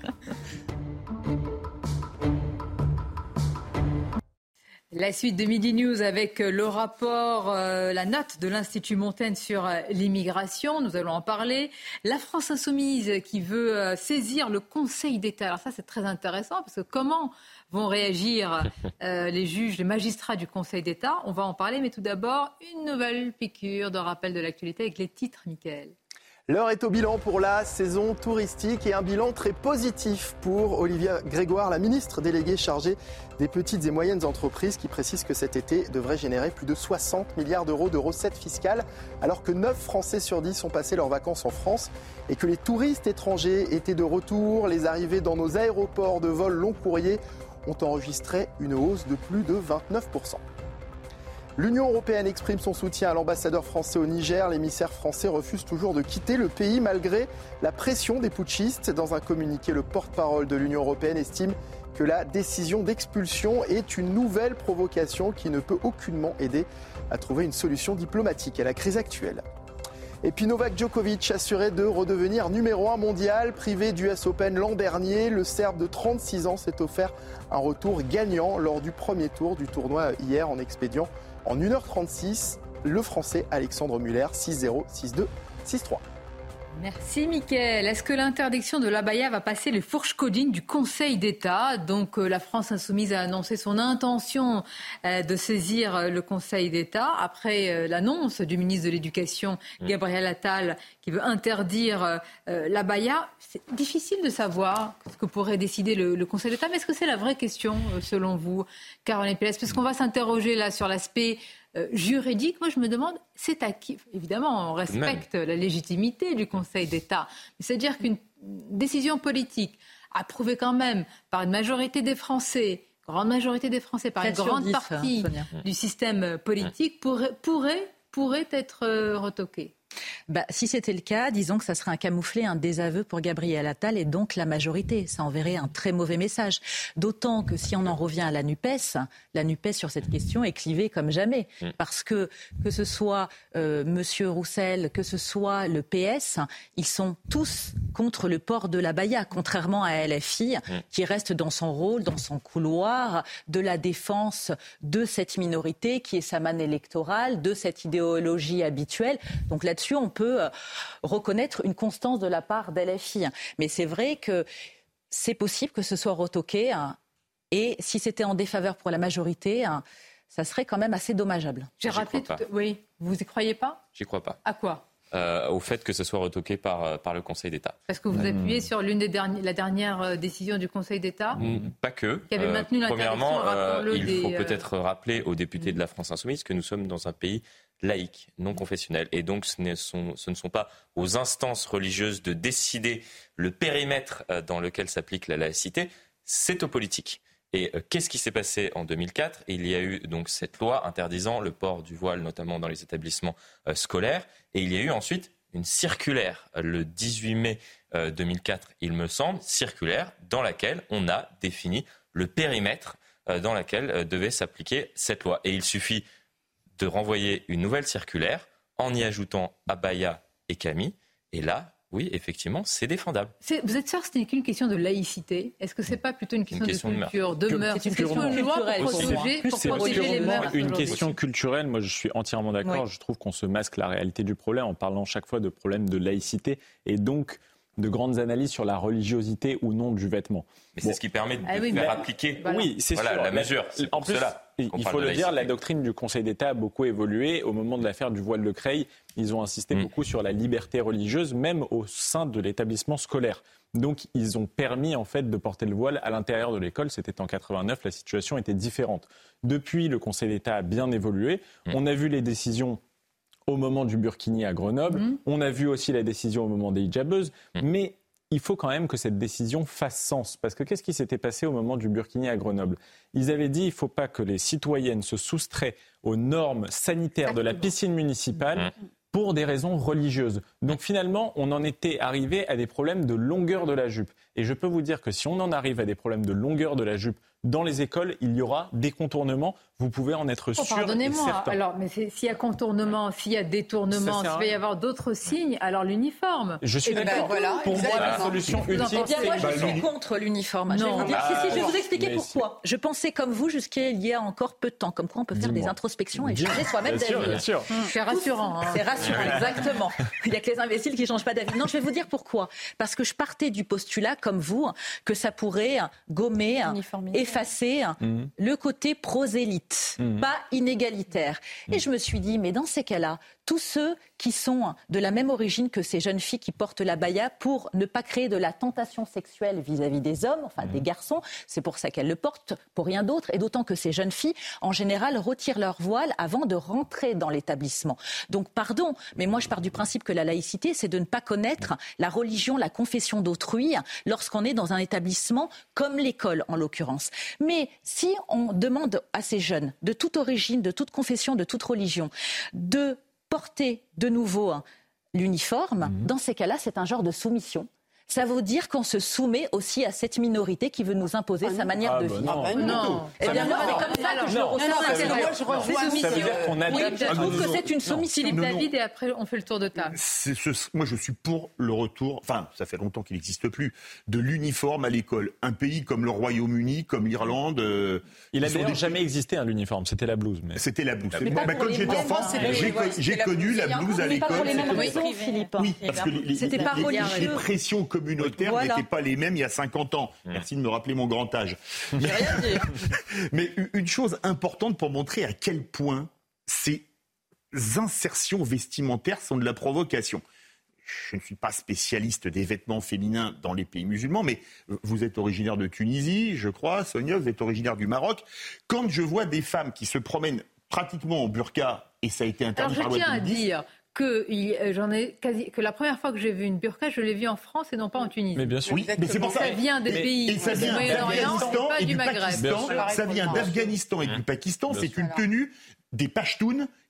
La suite de Midi News avec le rapport, la note de l'Institut Montaigne sur l'immigration. Nous allons en parler. La France insoumise qui veut saisir le Conseil d'État. Alors ça, c'est très intéressant parce que comment vont réagir les juges, les magistrats du Conseil d'État ? On va en parler, mais tout d'abord, une nouvelle piqûre de rappel de l'actualité avec les titres, Mickaël. L'heure est au bilan pour la saison touristique et un bilan très positif pour Olivia Grégoire, la ministre déléguée chargée des petites et moyennes entreprises qui précise que cet été devrait générer plus de 60 milliards d'euros de recettes fiscales alors que 9 Français sur 10 ont passé leurs vacances en France et que les touristes étrangers étaient de retour. Les arrivées dans nos aéroports de vol long courrier ont enregistré une hausse de plus de 29%. L'Union européenne exprime son soutien à l'ambassadeur français au Niger. L'émissaire français refuse toujours de quitter le pays malgré la pression des putschistes. Dans un communiqué, le porte-parole de l'Union européenne estime que la décision d'expulsion est une nouvelle provocation qui ne peut aucunement aider à trouver une solution diplomatique à la crise actuelle. Et puis Novak Djokovic assuré de redevenir numéro 1 mondial. Privé du US Open l'an dernier, le Serbe de 36 ans s'est offert un retour gagnant lors du premier tour du tournoi hier en expédiant en 1h36 le Français Alexandre Muller 6-0, 6-2, 6-3. Merci Mickaël. Est-ce que l'interdiction de l'abaya va passer les fourches codines du Conseil d'État ? Donc la France insoumise a annoncé son intention de saisir le Conseil d'État après l'annonce du ministre de l'Éducation Gabriel Attal qui veut interdire l'abaya. C'est difficile de savoir ce que pourrait décider le Conseil d'État, mais est-ce que c'est la vraie question selon vous, Caroline Pérez ? Parce qu'on va s'interroger là sur l'aspect juridique. Moi, je me demande, c'est à qui ? Évidemment, on respecte la légitimité du Conseil d'État. Mais c'est-à-dire qu'une décision politique approuvée quand même par une majorité des Français, grande majorité des Français, par une grande partie du système politique, pourrait être retoquée. Si c'était le cas, disons que ça serait un camouflet, un désaveu pour Gabriel Attal et donc la majorité. Ça enverrait un très mauvais message. D'autant que si on en revient à la NUPES sur cette question est clivée comme jamais. Parce que ce soit Monsieur Roussel, que ce soit le PS, ils sont tous contre le port de l'abaya, contrairement à LFI, qui reste dans son rôle, dans son couloir, de la défense de cette minorité qui est sa manne électorale, de cette idéologie habituelle. Donc là-dessus, on peut reconnaître une constance de la part d'LFI. Mais c'est vrai que c'est possible que ce soit retoqué. Et si c'était en défaveur pour la majorité, ça serait quand même assez dommageable. Oui, vous y croyez pas ? J'y crois pas. À quoi ? Au fait que ce soit retoqué par le Conseil d'État. Parce que vous appuyez sur la dernière décision du Conseil d'État Pas que. Qui avait maintenu premièrement, il faut peut-être rappeler aux députés de la France Insoumise que nous sommes dans un pays laïque, non confessionnel. Et donc ce ne sont pas aux instances religieuses de décider le périmètre dans lequel s'applique la laïcité, c'est aux politiques. Et qu'est-ce qui s'est passé en 2004 ? Il y a eu donc cette loi interdisant le port du voile, notamment dans les établissements scolaires. Et il y a eu ensuite une circulaire, le 18 mai 2004, il me semble, circulaire dans laquelle on a défini le périmètre dans lequel devait s'appliquer cette loi. Et il suffit de renvoyer une nouvelle circulaire en y ajoutant abaya et camis. Et là, oui, effectivement, c'est défendable. Vous êtes sûr que ce n'est qu'une question de laïcité ? Est-ce que ce n'est pas plutôt une question de culture, de mœurs ? C'est une question de loi pour protéger les mœurs. Une question culturelle, moi je suis entièrement d'accord. Oui. Je trouve qu'on se masque la réalité du problème en parlant chaque fois de problème de laïcité et donc de grandes analyses sur la religiosité ou non du vêtement. Mais c'est ce qui permet de faire appliquer la mesure. En plus, il faut le dire, la doctrine du Conseil d'État a beaucoup évolué. Au moment de l'affaire du voile de Creil, ils ont insisté beaucoup sur la liberté religieuse, même au sein de l'établissement scolaire. Donc, ils ont permis en fait de porter le voile à l'intérieur de l'école. C'était en 89, la situation était différente. Depuis, le Conseil d'État a bien évolué. On a vu les décisions au moment du burkini à Grenoble. On a vu aussi la décision au moment des hijabeuses. Mais il faut quand même que cette décision fasse sens. Parce que qu'est-ce qui s'était passé au moment du burkini à Grenoble ? Ils avaient dit qu'il ne faut pas que les citoyennes se soustraient aux normes sanitaires de la piscine municipale pour des raisons religieuses. Donc finalement, on en était arrivé à des problèmes de longueur de la jupe. Et je peux vous dire que si on en arrive à des problèmes de longueur de la jupe dans les écoles, il y aura des contournements. Vous pouvez en être sûr et certain. Pardonnez-moi. Alors, mais s'il y a contournement, s'il y a détournement, s'il va y avoir d'autres signes, alors l'uniforme. Je suis d'accord. Pour moi, la solution ultime, c'est... Moi, je suis contre l'uniforme. Je vais vous expliquer pourquoi. Je pensais comme vous jusqu'il y a encore peu de temps. Comme quoi, on peut faire des introspections et changer soi-même d'avis. Bien sûr. C'est rassurant. C'est rassurant, exactement. Il n'y a que les imbéciles qui ne changent pas d'avis. Non, je vais vous dire pourquoi. Parce que je partais du postulat, comme vous, que ça pourrait gommer, effacer le côté prosélyte, pas inégalitaire. Et je me suis dit, mais dans ces cas-là, tous ceux qui sont de la même origine que ces jeunes filles qui portent l'abaya pour ne pas créer de la tentation sexuelle vis-à-vis des hommes, enfin des garçons, c'est pour ça qu'elles le portent, pour rien d'autre, et d'autant que ces jeunes filles, en général, retirent leur voile avant de rentrer dans l'établissement. Donc, pardon, mais moi je pars du principe que la laïcité, c'est de ne pas connaître la religion, la confession d'autrui, lorsqu'on est dans un établissement comme l'école, en l'occurrence. Mais si on demande à ces jeunes, de toute origine, de toute confession, de toute religion, de porter de nouveau l'uniforme, dans ces cas-là, c'est un genre de soumission. Ça veut dire qu'on se soumet aussi à cette minorité qui veut nous imposer sa manière de vivre. Non. Eh bien, moi, c'est comme ça que je le ressens. Ça veut dire qu'on adapte. Je trouve que c'est une soumission. Philippe David, et après, on fait le tour de table. Moi, je suis pour le retour, enfin, ça fait longtemps qu'il n'existe plus, de l'uniforme à l'école. Un pays comme le Royaume-Uni, comme l'Irlande... Il a d'ailleurs jamais existé, l'uniforme. C'était la blouse. C'était la blouse. Quand j'étais enfant, j'ai connu la blouse à l'école. Oui, parce que les pressions communautaires n'étaient pas les mêmes il y a 50 ans. Merci de me rappeler mon grand âge. Mais une chose importante pour montrer à quel point ces insertions vestimentaires sont de la provocation. Je ne suis pas spécialiste des vêtements féminins dans les pays musulmans, mais vous êtes originaire de Tunisie, je crois. Sonia, vous êtes originaire du Maroc. Quand je vois des femmes qui se promènent pratiquement en burqa, et ça a été interdit par la loi 2010... Alors je tiens à dire que la première fois que j'ai vu une burqa, je l'ai vue en France et non pas en Tunisie. Mais bien sûr. Oui, mais c'est pour ça. Ça vient des pays du Moyen-Orient et pas du Maghreb. Ça vient d'Afghanistan et du Pakistan. C'est une tenue des Pashtuns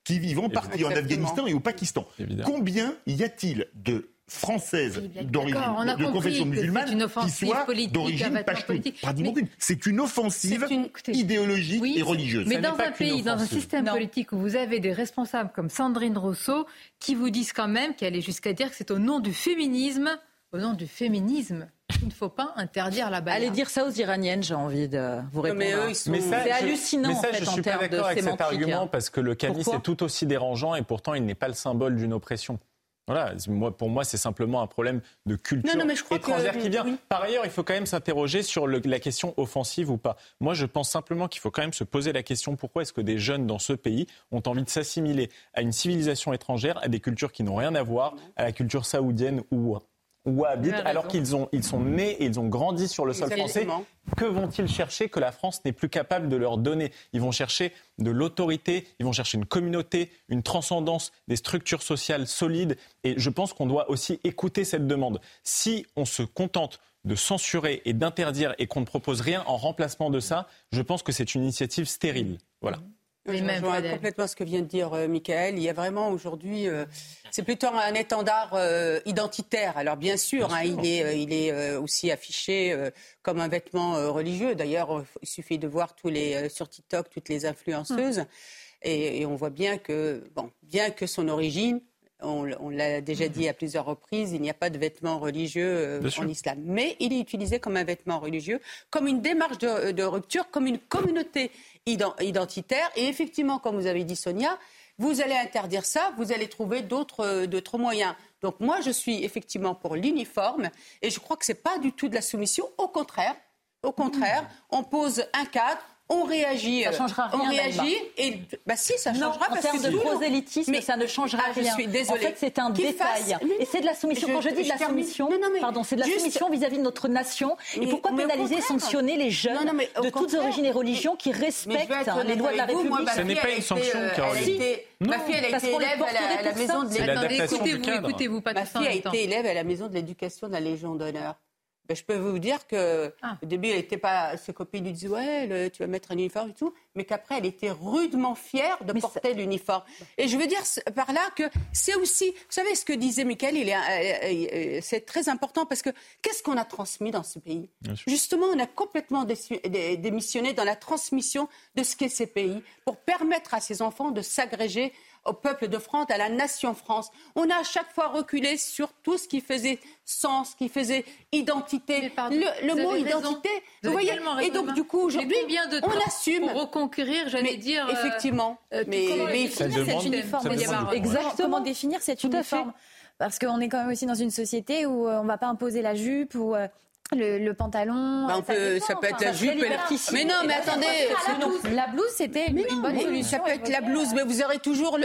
qui vivent en partie en Afghanistan et au Pakistan. Évidemment. Combien y a-t-il de Françaises d'origine de confession musulmane qui soient d'origine pachtoune? C'est une offensive idéologique et religieuse. Mais dans un pays, dans un système politique où vous avez des responsables comme Sandrine Rousseau qui vous disent quand même, qui allaient jusqu'à dire que c'est au nom du féminisme qu'il ne faut pas interdire la baïa. Allez dire ça aux Iraniennes, j'ai envie de vous répondre. C'est hallucinant mais ça, en fait, je suis pas d'accord avec cet argument parce que le khamis est tout aussi dérangeant et pourtant il n'est pas le symbole d'une oppression. Voilà, pour moi, c'est simplement un problème de culture étrangère qui vient. Oui. Par ailleurs, il faut quand même s'interroger sur la question offensive ou pas. Moi, je pense simplement qu'il faut quand même se poser la question pourquoi est-ce que des jeunes dans ce pays ont envie de s'assimiler à une civilisation étrangère, à des cultures qui n'ont rien à voir, à la culture saoudienne ou wahhabite, alors qu'ils sont nés et ils ont grandi sur le sol français. Que vont-ils chercher que la France n'est plus capable de leur donner? Ils vont chercher de l'autorité, ils vont chercher une communauté, une transcendance, des structures sociales solides. Et je pense qu'on doit aussi écouter cette demande. Si on se contente de censurer et d'interdire et qu'on ne propose rien en remplacement de ça, je pense que c'est une initiative stérile. Voilà. Oui, je rejoins complètement ce que vient de dire Michael. Il y a vraiment aujourd'hui, c'est plutôt un étendard identitaire. Alors bien sûr, il est aussi affiché comme un vêtement religieux. D'ailleurs, il suffit de voir sur TikTok toutes les influenceuses et on voit bien que son origine, on l'a déjà dit à plusieurs reprises, il n'y a pas de vêtements religieux en islam. Mais il est utilisé comme un vêtement religieux, comme une démarche de rupture, comme une communauté identitaire. Et effectivement, comme vous avez dit Sonia, vous allez interdire ça, vous allez trouver d'autres moyens. Donc moi, je suis effectivement pour l'uniforme et je crois que ce n'est pas du tout de la soumission. Au contraire, on pose un cadre. On réagit. Ça ne changera rien. On réagit et si ça changera en termes de prosélytisme, ça ne changera rien. Je suis désolée. En fait, c'est un détail. Et c'est de la soumission. Quand je dis de la soumission, c'est de la soumission vis-à-vis de notre nation. Et pourquoi pénaliser, sanctionner les jeunes de toutes origines et religions qui respectent les lois de la République? Ce n'est pas une sanction, Caroline. Ma fille, elle a été élève à la maison de l'éducation. Écoutez-vous pas. Ma fille a été élève à la maison de l'éducation de la Légion d'honneur. Je peux vous dire que au début, elle était pas. Ses copines lui disaient tu vas mettre un uniforme et tout, mais qu'après, elle était rudement fière de porter l'uniforme. Et je veux dire par là que c'est aussi, vous savez ce que disait Michael, c'est très important parce que qu'est-ce qu'on a transmis dans ce pays? Justement, on a complètement démissionné dans la transmission de ce qu'est ces pays pour permettre à ces enfants de s'agréger au peuple de France, à la nation France. On a à chaque fois reculé sur tout ce qui faisait sens, qui faisait identité. Le mot identité, vous voyez. Et donc du coup aujourd'hui, on assume pour reconquérir, j'allais dire. Effectivement. Mais cette uniforme. Exactement. Comment définir cette uniforme? Parce qu'on est quand même aussi dans une société où on ne va pas imposer la jupe ou le pantalon. Ça peut être la jupe. Mais non, mais attendez. La blouse, c'était une bonne solution. Ça peut être la blouse, mais vous aurez toujours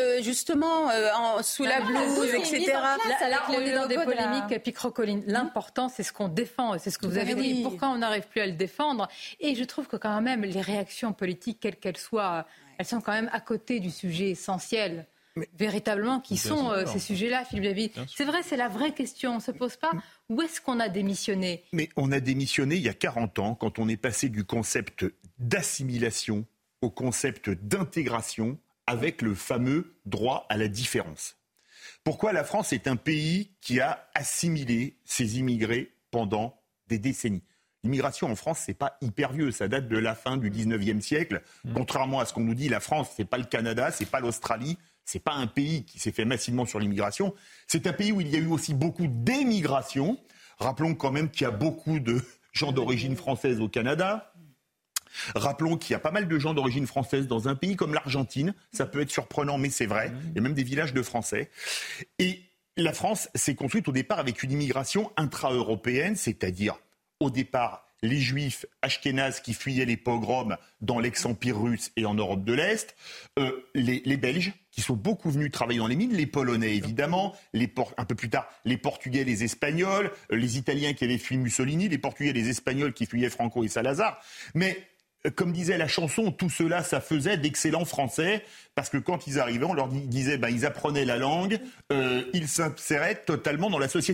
sous la blouse, etc. Là, on est dans des polémiques picrocolines. L'important, c'est ce qu'on défend. C'est ce que vous avez dit. Pourquoi on n'arrive plus à le défendre? Et je trouve que quand même, les réactions politiques, quelles qu'elles soient, elles sont quand même à côté du sujet essentiel. Véritablement, qui sont ces sujets-là, Philippe David. C'est vrai, c'est la vraie question. On ne se pose pas où est-ce qu'on a démissionné. Mais on a démissionné il y a 40 ans, quand on est passé du concept d'assimilation au concept d'intégration avec le fameux droit à la différence. Pourquoi la France est un pays qui a assimilé ses immigrés pendant des décennies? L'immigration en France, c'est pas hyper vieux, ça date de la fin du 19e siècle. Contrairement à ce qu'on nous dit, la France, c'est pas le Canada, c'est pas l'Australie. C'est pas un pays qui s'est fait massivement sur l'immigration. C'est un pays où il y a eu aussi beaucoup d'émigration. Rappelons quand même qu'il y a beaucoup de gens d'origine française au Canada. Rappelons qu'il y a pas mal de gens d'origine française dans un pays comme l'Argentine. Ça peut être surprenant, mais c'est vrai. Il y a même des villages de Français. Et la France s'est construite au départ avec une immigration intra-européenne, c'est-à-dire au départ les Juifs ashkénazes qui fuyaient les pogroms dans l'ex-empire russe et en Europe de l'Est, les Belges qui sont beaucoup venus travailler dans les mines, les Polonais évidemment, un peu plus tard les Portugais, les Espagnols, les Italiens qui avaient fui Mussolini, les Portugais, les Espagnols qui fuyaient Franco et Salazar. Mais comme disait la chanson, tout cela, ça faisait d'excellents Français, parce que quand ils arrivaient, on leur disait, ils apprenaient la langue, ils s'inséraient totalement dans la société. Pourquoi ?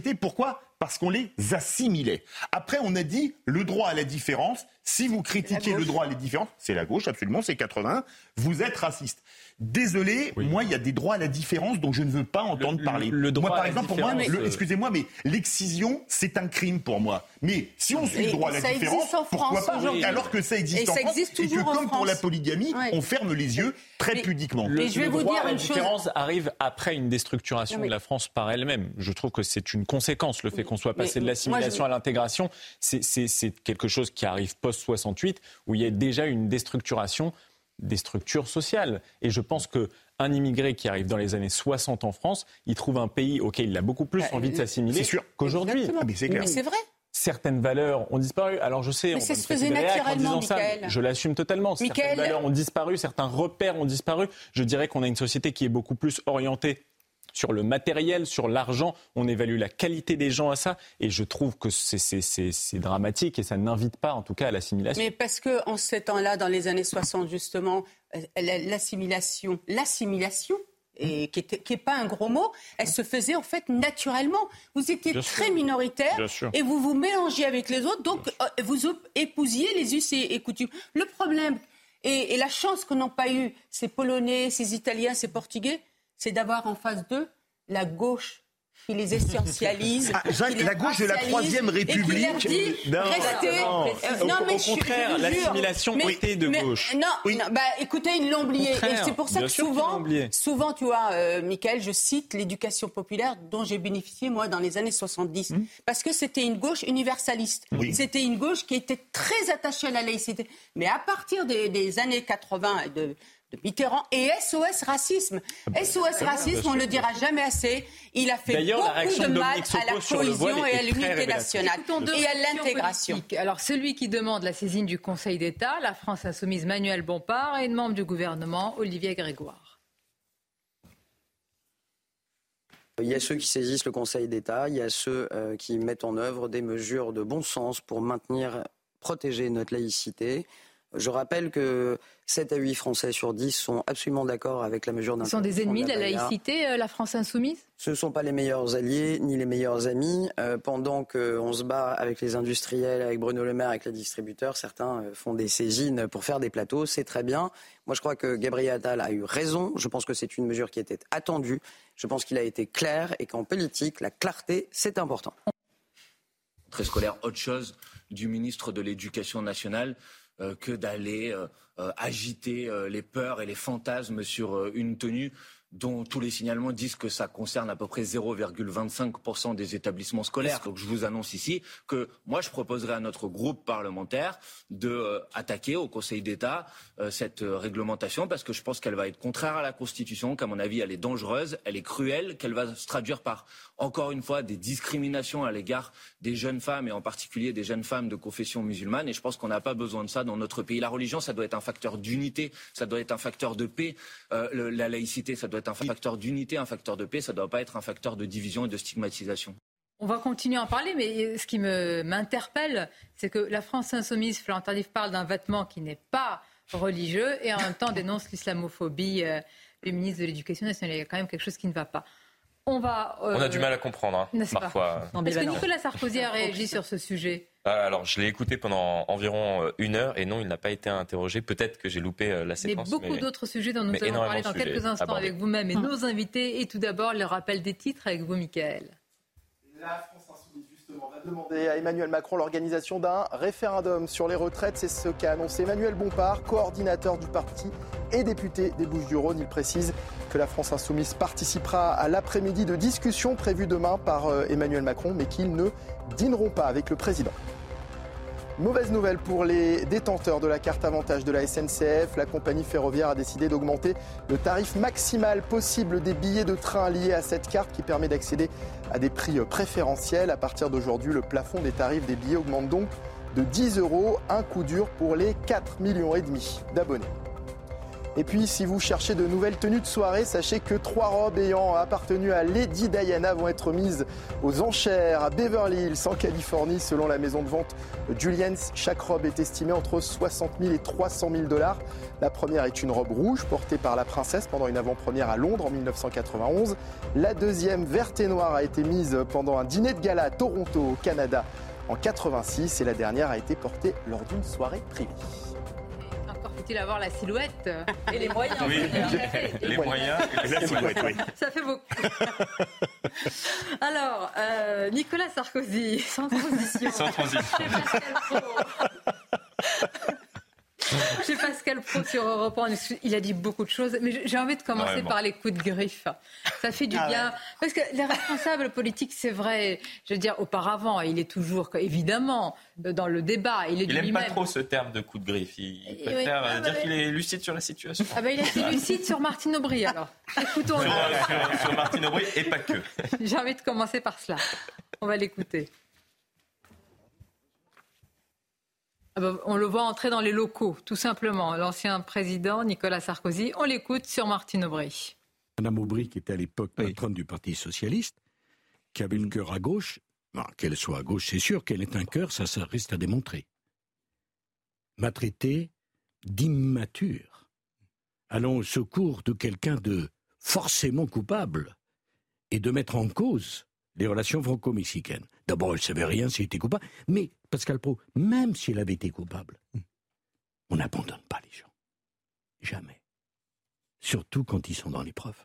parce qu'on les assimilait. Après, on a dit le droit à la différence. Si vous critiquez le droit à la différence, c'est la gauche, absolument, c'est 81, vous êtes raciste. Désolé, moi, il y a des droits à la différence dont je ne veux pas entendre parler. Le droit moi, par à exemple, la pour moi, différence, excusez-moi, mais l'excision, c'est un crime pour moi. Mais si on suit le droit à la différence, pourquoi pas alors que ça existe en France et que, comme pour la polygamie, on ferme les yeux très pudiquement. Le droit à la différence arrive après une déstructuration de la France par elle-même. Je trouve que c'est une conséquence, le fait qu'on soit passé de l'assimilation à l'intégration. C'est quelque chose qui arrive post-68, où il y a déjà une déstructuration des structures sociales. Et je pense qu'un immigré qui arrive dans les années 60 en France, il trouve un pays auquel il a beaucoup plus envie de s'assimiler qu'aujourd'hui. Mais c'est vrai. Certaines valeurs ont disparu. Alors je sais, mais ça se faisait naturellement, Mickaël. Je l'assume totalement. Certaines valeurs ont disparu, certains repères ont disparu. Je dirais qu'on a une société qui est beaucoup plus orientée sur le matériel, sur l'argent. On évalue la qualité des gens à ça. Et je trouve que c'est dramatique et ça n'invite pas, en tout cas, à l'assimilation. Mais parce qu'en ces temps-là, dans les années 60, justement, l'assimilation, et qui n'est pas un gros mot, elle se faisait en fait naturellement. Vous étiez très minoritaire et vous vous mélangiez avec les autres, donc vous épousiez les us et coutumes. Le problème, et la chance que n'ont pas eu ces Polonais, ces Italiens, ces Portugais, c'est d'avoir en face d'eux la gauche qui les essentialise. La gauche de la Troisième République. Au contraire, l'assimilation était de gauche. Écoutez, ils l'ont oublié. Et c'est pour ça que souvent, tu vois, Mickaël, je cite l'éducation populaire dont j'ai bénéficié, moi, dans les années 70. Parce que c'était une gauche universaliste. C'était une gauche qui était très attachée à la laïcité. Mais à partir des années 80 de Mitterrand et SOS Racisme. SOS Racisme, on ne le dira jamais assez. Il a fait beaucoup de mal à la cohésion et à l'unité nationale et à l'intégration. Alors, celui qui demande la saisine du Conseil d'État, la France Insoumise, Manuel Bompard, et le membre du gouvernement, Olivier Grégoire. Il y a ceux qui saisissent le Conseil d'État, il y a ceux qui mettent en œuvre des mesures de bon sens pour protéger notre laïcité. Je rappelle que 7 à 8 Français sur 10 sont absolument d'accord avec la mesure d'interdiction. Ce sont des ennemis de la laïcité, la France insoumise ? Ce ne sont pas les meilleurs alliés ni les meilleurs amis. Pendant qu'on se bat avec les industriels, avec Bruno Le Maire, avec les distributeurs, certains font des saisines pour faire des plateaux. C'est très bien. Moi, je crois que Gabriel Attal a eu raison. Je pense que c'est une mesure qui était attendue. Je pense qu'il a été clair et qu'en politique, la clarté, c'est important. Très scolaire, autre chose du ministre de l'Éducation nationale que d'aller agiter les peurs et les fantasmes sur une tenue dont tous les signalements disent que ça concerne à peu près 0,25% des établissements scolaires. Donc je vous annonce ici que moi je proposerai à notre groupe parlementaire d'attaquer au Conseil d'État cette réglementation parce que je pense qu'elle va être contraire à la Constitution, qu'à mon avis elle est dangereuse, elle est cruelle, qu'elle va se traduire par, encore une fois, des discriminations à l'égard des jeunes femmes et en particulier des jeunes femmes de confession musulmane. Et je pense qu'on n'a pas besoin de ça dans notre pays. La religion, ça doit être un facteur d'unité, ça doit être un facteur de paix. La laïcité, ça doit être un facteur d'unité, un facteur de paix, ça ne doit pas être un facteur de division et de stigmatisation. On va continuer à en parler, mais ce qui m'interpelle, c'est que la France insoumise, Florent Tardif, parle d'un vêtement qui n'est pas religieux et en même temps dénonce l'islamophobie. Le ministre de l'Éducation nationale, il y a quand même quelque chose qui ne va pas. On a du mal à comprendre, parfois. Est-ce que Nicolas Sarkozy a réagi sur ce sujet ? Alors, je l'ai écouté pendant environ 1 heure et non, il n'a pas été interrogé. Peut-être que j'ai loupé la séquence. Mais beaucoup d'autres sujets dont nous allons parler dans quelques instants avec vous-même et nos invités. Et tout d'abord, le rappel des titres avec vous, Mickaël. La France insoumise, justement, va demander à Emmanuel Macron l'organisation d'un référendum sur les retraites. C'est ce qu'a annoncé Emmanuel Bompard, coordinateur du parti et député des Bouches-du-Rhône. Il précise que la France insoumise participera à l'après-midi de discussion prévue demain par Emmanuel Macron, mais qu'ils ne dîneront pas avec le président. Mauvaise nouvelle pour les détenteurs de la carte avantage de la SNCF. La compagnie ferroviaire a décidé d'augmenter le tarif maximal possible des billets de train liés à cette carte qui permet d'accéder à des prix préférentiels. À partir d'aujourd'hui, le plafond des tarifs des billets augmente donc de 10 €, un coup dur pour les 4,5 millions d'abonnés. Et puis, si vous cherchez de nouvelles tenues de soirée, sachez que 3 robes ayant appartenu à Lady Diana vont être mises aux enchères à Beverly Hills, en Californie. Selon la maison de vente Julien's, chaque robe est estimée entre 60 000 et 300 000 $. La première est une robe rouge portée par la princesse pendant une avant-première à Londres en 1991. La deuxième, verte et noire, a été mise pendant un dîner de gala à Toronto, au Canada, en 86. Et la dernière a été portée lors d'une soirée privée. Faut-il avoir la silhouette et les moyens. Oui, les moyens et la silhouette, oui. Ça fait beaucoup. Alors, Nicolas Sarkozy, sans transition. Sans transition. Chez Pascal Praud sur Europe 1, il a dit beaucoup de choses, mais j'ai envie de commencer par les coups de griffe. Ça fait du bien. Parce que les responsables politiques, c'est vrai, je veux dire, auparavant, il est toujours, évidemment, dans le débat. Il n'aime pas trop ce terme de coup de griffe. Il préfère dire qu'il est lucide sur la situation. Ah il a été lucide sur Martine Aubry, alors. Écoutons. Sur Martine Aubry, et pas que. J'ai envie de commencer par cela. On va l'écouter. On le voit entrer dans les locaux, tout simplement. L'ancien président Nicolas Sarkozy, on l'écoute sur Martine Aubry. Madame Aubry, qui était à l'époque patronne du Parti socialiste, qui avait le cœur à gauche, qu'elle soit à gauche, c'est sûr qu'elle est un cœur, ça reste à démontrer, m'a traité d'immature, allant au secours de quelqu'un de forcément coupable et de mettre en cause les relations franco-mexicaines. D'abord, elle ne savait rien s'il était coupable, mais Pascal Praud, même s'il avait été coupable, on n'abandonne pas les gens. Jamais. Surtout quand ils sont dans l'épreuve.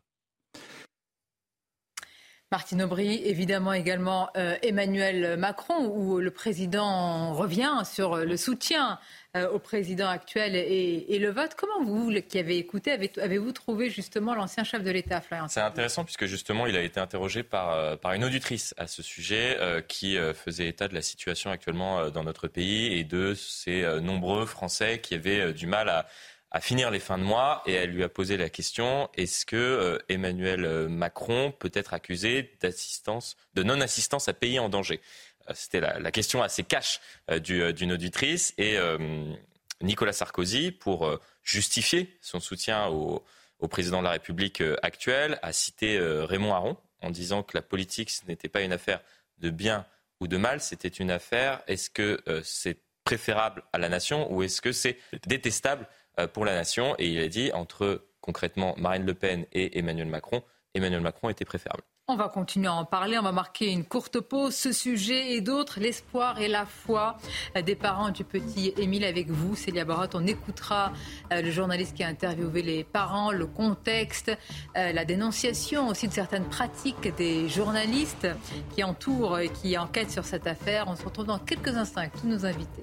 Martine Aubry, évidemment également Emmanuel Macron, où le président revient sur le soutien au président actuel et le vote. Comment vous, qui avez écouté, avez-vous trouvé justement l'ancien chef de l'État, Florian ? C'est intéressant puisque justement il a été interrogé par une auditrice à ce sujet qui faisait état de la situation actuellement dans notre pays et de ces nombreux Français qui avaient du mal à finir les fins de mois, et elle lui a posé la question, est-ce que Emmanuel Macron peut être accusé de non-assistance à pays en danger ? C'était la question assez cash d'une auditrice, et Nicolas Sarkozy, pour justifier son soutien au président de la République actuel, a cité Raymond Aron en disant que la politique, ce n'était pas une affaire de bien ou de mal, c'était une affaire, est-ce que c'est préférable à la nation ou est-ce que c'est détestable pour la nation, et il a dit entre concrètement Marine Le Pen et Emmanuel Macron était préférable. On va continuer à en parler, on va marquer une courte pause. Ce sujet et d'autres, l'espoir et la foi des parents du petit Émile avec vous, Célia Barotte. On écoutera le journaliste qui a interviewé les parents, le contexte, la dénonciation aussi de certaines pratiques des journalistes qui entourent et qui enquêtent sur cette affaire. On se retrouve dans quelques instants avec tous nos invités.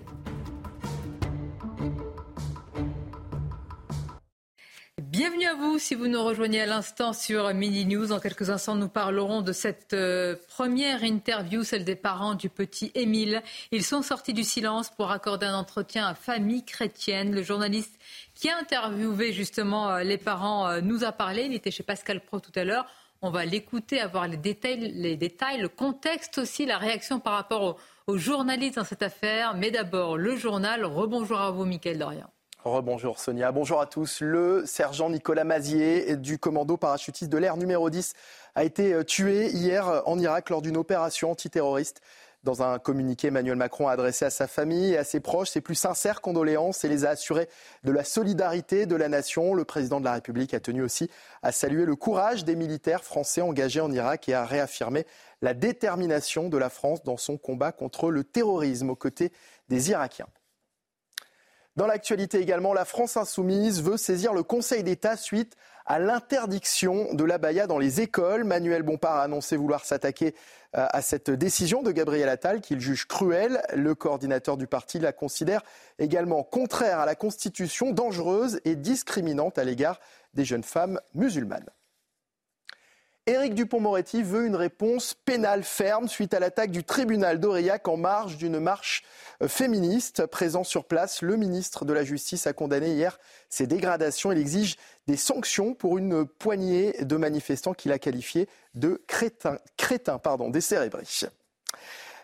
Bienvenue à vous si vous nous rejoignez à l'instant sur Midi News. En quelques instants, nous parlerons de cette première interview, celle des parents du petit Émile. Ils sont sortis du silence pour accorder un entretien à Famille Chrétienne. Le journaliste qui a interviewé justement les parents nous a parlé. Il était chez Pascal Praud tout à l'heure. On va l'écouter, avoir les détails, le contexte aussi, la réaction par rapport aux journalistes dans cette affaire. Mais d'abord, le journal. Rebonjour à vous, Mickaël Dorian. Rebonjour Sonia, bonjour à tous. Le sergent Nicolas Mazier du commando parachutiste de l'air numéro 10 a été tué hier en Irak lors d'une opération antiterroriste. Dans un communiqué, Emmanuel Macron a adressé à sa famille et à ses proches ses plus sincères condoléances et les a assurés de la solidarité de la nation. Le président de la République a tenu aussi à saluer le courage des militaires français engagés en Irak et à réaffirmer la détermination de la France dans son combat contre le terrorisme aux côtés des Irakiens. Dans l'actualité également, la France insoumise veut saisir le Conseil d'État suite à l'interdiction de l'abaya dans les écoles. Manuel Bompard a annoncé vouloir s'attaquer à cette décision de Gabriel Attal qu'il juge cruelle. Le coordinateur du parti la considère également contraire à la Constitution, dangereuse et discriminante à l'égard des jeunes femmes musulmanes. Éric Dupond-Moretti veut une réponse pénale ferme suite à l'attaque du tribunal d'Aurillac en marge d'une marche féministe. Présent sur place, le ministre de la Justice a condamné hier ces dégradations. Il exige des sanctions pour une poignée de manifestants qu'il a qualifiés de crétins décérébrés.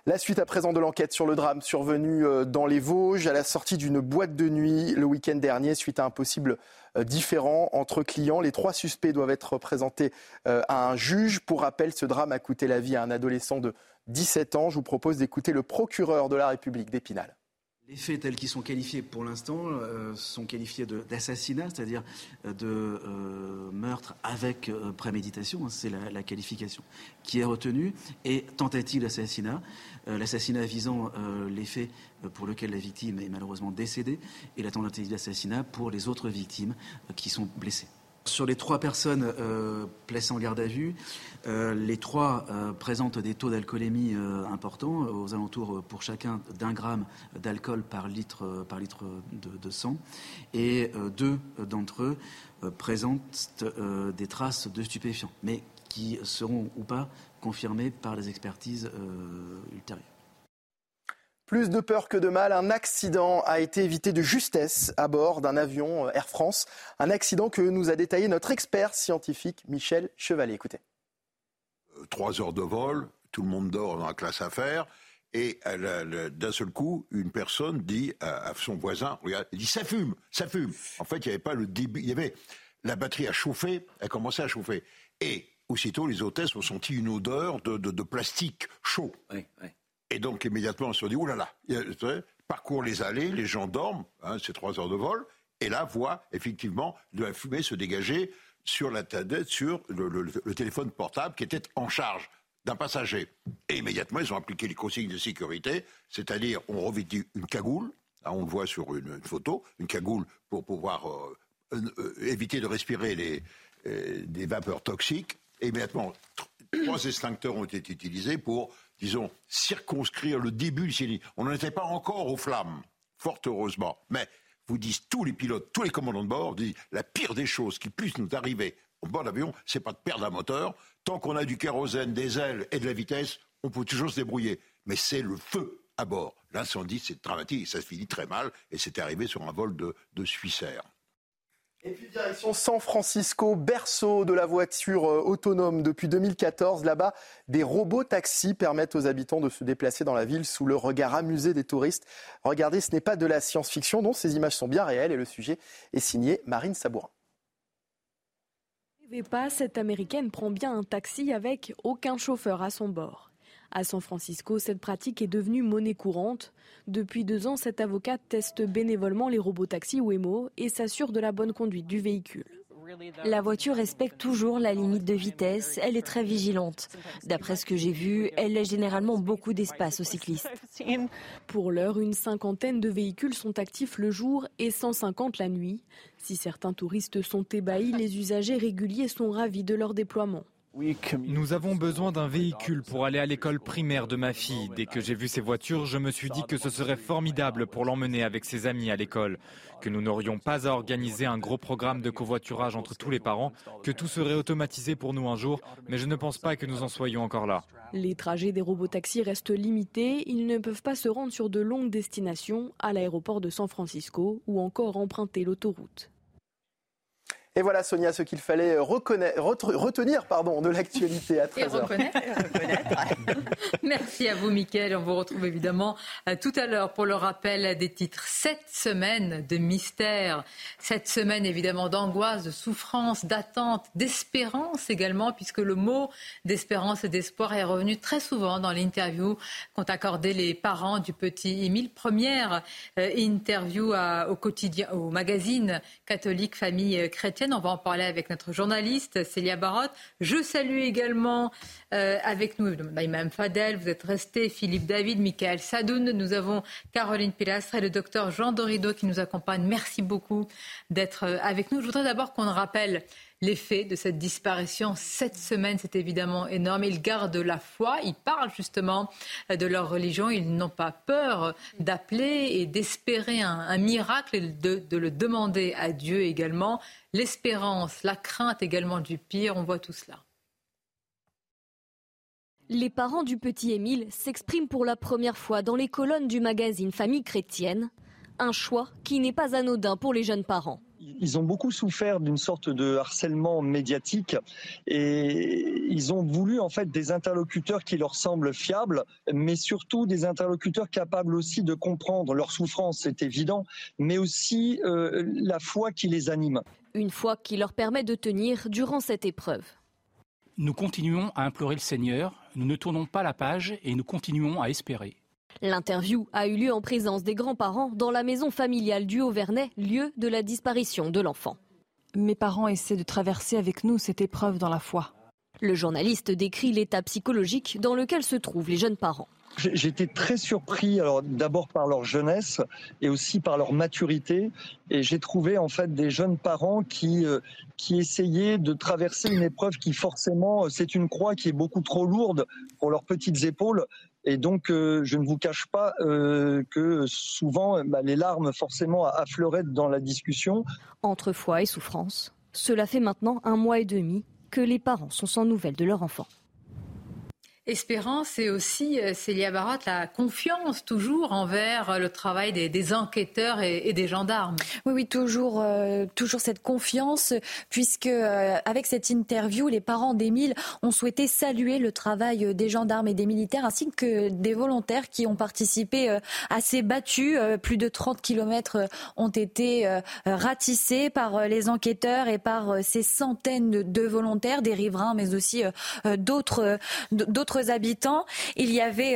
La suite à présent de l'enquête sur le drame survenu dans les Vosges à la sortie d'une boîte de nuit le week-end dernier suite à un possible différend entre clients. Les 3 suspects doivent être présentés à un juge. Pour rappel, ce drame a coûté la vie à un adolescent de 17 ans. Je vous propose d'écouter le procureur de la République d'Épinal. Les faits tels qu'ils sont qualifiés pour l'instant sont qualifiés d'assassinat, c'est-à-dire de meurtre avec préméditation, c'est la qualification qui est retenue, et tentative d'assassinat, l'assassinat visant les faits pour lesquels la victime est malheureusement décédée, et la tentative d'assassinat pour les autres victimes qui sont blessées. Sur les 3 personnes placées en garde à vue, les 3 présentent des taux d'alcoolémie importants, aux alentours pour chacun d'1 gramme d'alcool par litre de sang. Et 2 d'entre eux présentent des traces de stupéfiants, mais qui seront ou pas confirmées par les expertises ultérieures. Plus de peur que de mal, un accident a été évité de justesse à bord d'un avion Air France. Un accident que nous a détaillé notre expert scientifique Michel Chevalet. Écoutez. 3 heures de vol, tout le monde dort dans la classe affaires. Et d'un seul coup, une personne dit à son voisin, regarde, il dit ça fume. En fait, il n'y avait pas le début, il y avait la batterie a chauffé, elle commençait à chauffer. Et aussitôt, les hôtesses ont senti une odeur de plastique chaud. Oui. Et donc, immédiatement, on se dit, oulala, parcourt les allées, les gens dorment, c'est 3 heures de vol, et là, voit effectivement de la fumée se dégager sur la tablette, sur le téléphone portable qui était en charge d'un passager. Et immédiatement, ils ont appliqué les consignes de sécurité, c'est-à-dire, on revêtit une cagoule, on le voit sur une photo, une cagoule pour pouvoir éviter de respirer des vapeurs toxiques. Et immédiatement, 3 extincteurs ont été utilisés pour, disons, circonscrire le début du sinistre. On n'en était pas encore aux flammes, fort heureusement. Mais vous disent tous les pilotes, tous les commandants de bord, disent la pire des choses qui puisse nous arriver au bord d'avion, c'est pas de perdre un moteur. Tant qu'on a du kérosène, des ailes et de la vitesse, on peut toujours se débrouiller. Mais c'est le feu à bord. L'incendie, c'est dramatique, ça se finit très mal. Et c'est arrivé sur un vol de Suissair. Et puis direction San Francisco, berceau de la voiture autonome depuis 2014. Là-bas, des robots taxis permettent aux habitants de se déplacer dans la ville sous le regard amusé des touristes. Regardez, ce n'est pas de la science-fiction, non, ces images sont bien réelles et le sujet est signé Marine Sabourin. Ne rêvez pas, cette Américaine prend bien un taxi avec aucun chauffeur à son bord. À San Francisco, cette pratique est devenue monnaie courante. Depuis 2 ans, cette avocate teste bénévolement les robots taxis Waymo et s'assure de la bonne conduite du véhicule. La voiture respecte toujours la limite de vitesse, elle est très vigilante. D'après ce que j'ai vu, elle laisse généralement beaucoup d'espace aux cyclistes. Pour l'heure, une 50aine de véhicules sont actifs le jour et 150 la nuit. Si certains touristes sont ébahis, les usagers réguliers sont ravis de leur déploiement. Nous avons besoin d'un véhicule pour aller à l'école primaire de ma fille. Dès que j'ai vu ces voitures, je me suis dit que ce serait formidable pour l'emmener avec ses amis à l'école, que nous n'aurions pas à organiser un gros programme de covoiturage entre tous les parents, que tout serait automatisé pour nous un jour, mais je ne pense pas que nous en soyons encore là. Les trajets des robotaxis restent limités, ils ne peuvent pas se rendre sur de longues destinations, à l'aéroport de San Francisco ou encore emprunter l'autoroute. Et voilà, Sonia, ce qu'il fallait retenir de l'actualité à 13h. Et reconnaître. Merci à vous, Mickaël. On vous retrouve évidemment tout à l'heure pour le rappel des titres. 7 semaines de mystère, 7 semaines évidemment d'angoisse, de souffrance, d'attente, d'espérance également, puisque le mot d'espérance et d'espoir est revenu très souvent dans l'interview qu'ont accordé les parents du petit Émile. Première interview au quotidien, au magazine catholique Famille chrétienne. On va en parler avec notre journaliste Célia Barotte. Je salue également avec nous Imam Fadel, vous êtes resté, Philippe David, Michael Sadoun. Nous avons Caroline Pilastre et le docteur Jean Dorido qui nous accompagnent. Merci beaucoup d'être avec nous. Je voudrais d'abord qu'on rappelle les faits de cette disparition. 7 semaines, c'est évidemment énorme. Ils gardent la foi, ils parlent justement de leur religion. Ils n'ont pas peur d'appeler et d'espérer un miracle et de le demander à Dieu également. L'espérance, la crainte également du pire, on voit tout cela. Les parents du petit Émile s'expriment pour la première fois dans les colonnes du magazine Famille chrétienne. Un choix qui n'est pas anodin pour les jeunes parents. Ils ont beaucoup souffert d'une sorte de harcèlement médiatique et ils ont voulu en fait des interlocuteurs qui leur semblent fiables, mais surtout des interlocuteurs capables aussi de comprendre leur souffrance, c'est évident, mais aussi la foi qui les anime. Une foi qui leur permet de tenir durant cette épreuve. Nous continuons à implorer le Seigneur, nous ne tournons pas la page et nous continuons à espérer. L'interview a eu lieu en présence des grands-parents dans la maison familiale du Haut-Vernay, lieu de la disparition de l'enfant. Mes parents essaient de traverser avec nous cette épreuve dans la foi. Le journaliste décrit l'état psychologique dans lequel se trouvent les jeunes parents. J'étais très surpris, alors d'abord par leur jeunesse et aussi par leur maturité. Et j'ai trouvé en fait des jeunes parents qui essayaient de traverser une épreuve qui forcément, c'est une croix qui est beaucoup trop lourde pour leurs petites épaules. Et donc, je ne vous cache pas que souvent, les larmes forcément affleuraient dans la discussion. Entre foi et souffrance, cela fait maintenant 1 mois et demi que les parents sont sans nouvelles de leur enfant. Espérance et aussi, Célia Barotte, la confiance toujours envers le travail des enquêteurs et des gendarmes. Oui, toujours cette confiance, puisque avec cette interview, les parents d'Émile ont souhaité saluer le travail des gendarmes et des militaires, ainsi que des volontaires qui ont participé à ces battues. Plus de 30 kilomètres ont été ratissés par les enquêteurs et par ces centaines de volontaires, des riverains, mais aussi d'autres habitants. Il y avait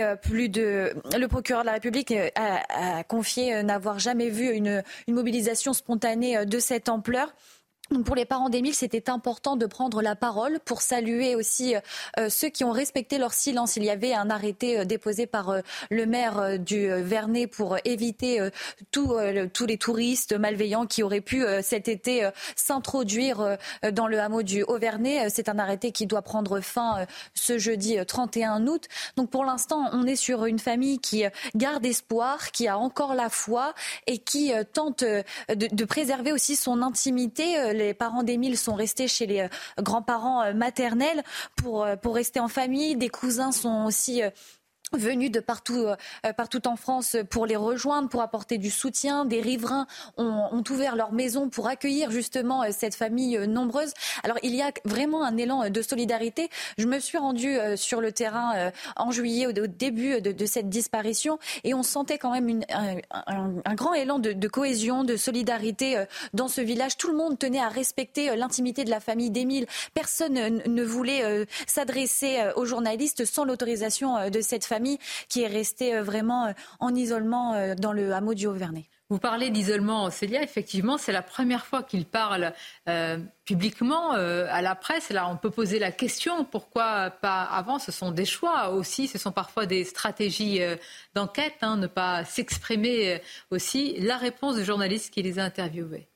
le procureur de la République a confié n'avoir jamais vu une mobilisation spontanée de cette ampleur. Pour les parents d'Émile, c'était important de prendre la parole pour saluer aussi ceux qui ont respecté leur silence. Il y avait un arrêté déposé par le maire du Vernay pour éviter tous les touristes malveillants qui auraient pu cet été s'introduire dans le hameau du Haut-Vernay. C'est un arrêté qui doit prendre fin ce jeudi 31 août. Donc pour l'instant, on est sur une famille qui garde espoir, qui a encore la foi et qui tente de préserver aussi son intimité. Les parents d'Émile sont restés chez les grands-parents maternels pour rester en famille. Des cousins sont aussi venus de partout en France pour les rejoindre, pour apporter du soutien. Des riverains ont ouvert leur maison pour accueillir justement cette famille nombreuse. Alors il y a vraiment un élan de solidarité. Je me suis rendue sur le terrain en juillet, au début de cette disparition, et on sentait quand même un grand élan de cohésion, de solidarité dans ce village. Tout le monde tenait à respecter l'intimité de la famille d'Émile. Personne ne voulait s'adresser aux journalistes sans l'autorisation de cette famille qui est restée vraiment en isolement dans le hameau du Haut-Vernay. Vous parlez d'isolement, Célia. Effectivement, c'est la première fois qu'il parle publiquement à la presse. Là, on peut poser la question, pourquoi pas avant? Ce sont des choix aussi, ce sont parfois des stratégies d'enquête, ne pas s'exprimer aussi. La réponse du journaliste qui les a interviewés.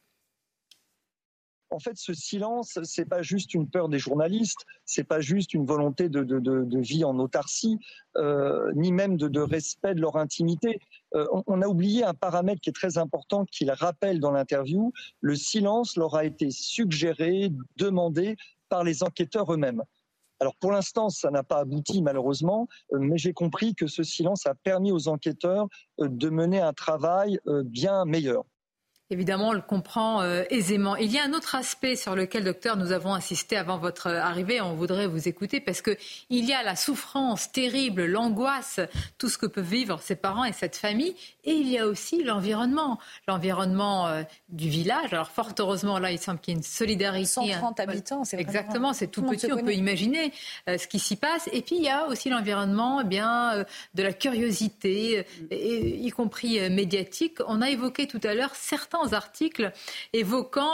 En fait, ce silence, c'est pas juste une peur des journalistes, c'est pas juste une volonté de vie en autarcie, ni même de respect de leur intimité. On a oublié un paramètre qui est très important, qu'il rappelle dans l'interview. Le silence leur a été suggéré, demandé par les enquêteurs eux-mêmes. Alors pour l'instant, ça n'a pas abouti malheureusement, mais j'ai compris que ce silence a permis aux enquêteurs de mener un travail bien meilleur. Évidemment, on le comprend aisément. Il y a un autre aspect sur lequel, docteur, nous avons insisté avant votre arrivée. On voudrait vous écouter parce que il y a la souffrance terrible, l'angoisse, tout ce que peuvent vivre ces parents et cette famille. Et il y a aussi l'environnement du village. Alors fort heureusement, là, il semble qu'il y ait une solidarité. 130 habitants, c'est exactement, c'est tout petit. On peut imaginer ce qui s'y passe. Et puis il y a aussi l'environnement, de la curiosité, y compris médiatique. On a évoqué tout à l'heure certains articles évoquant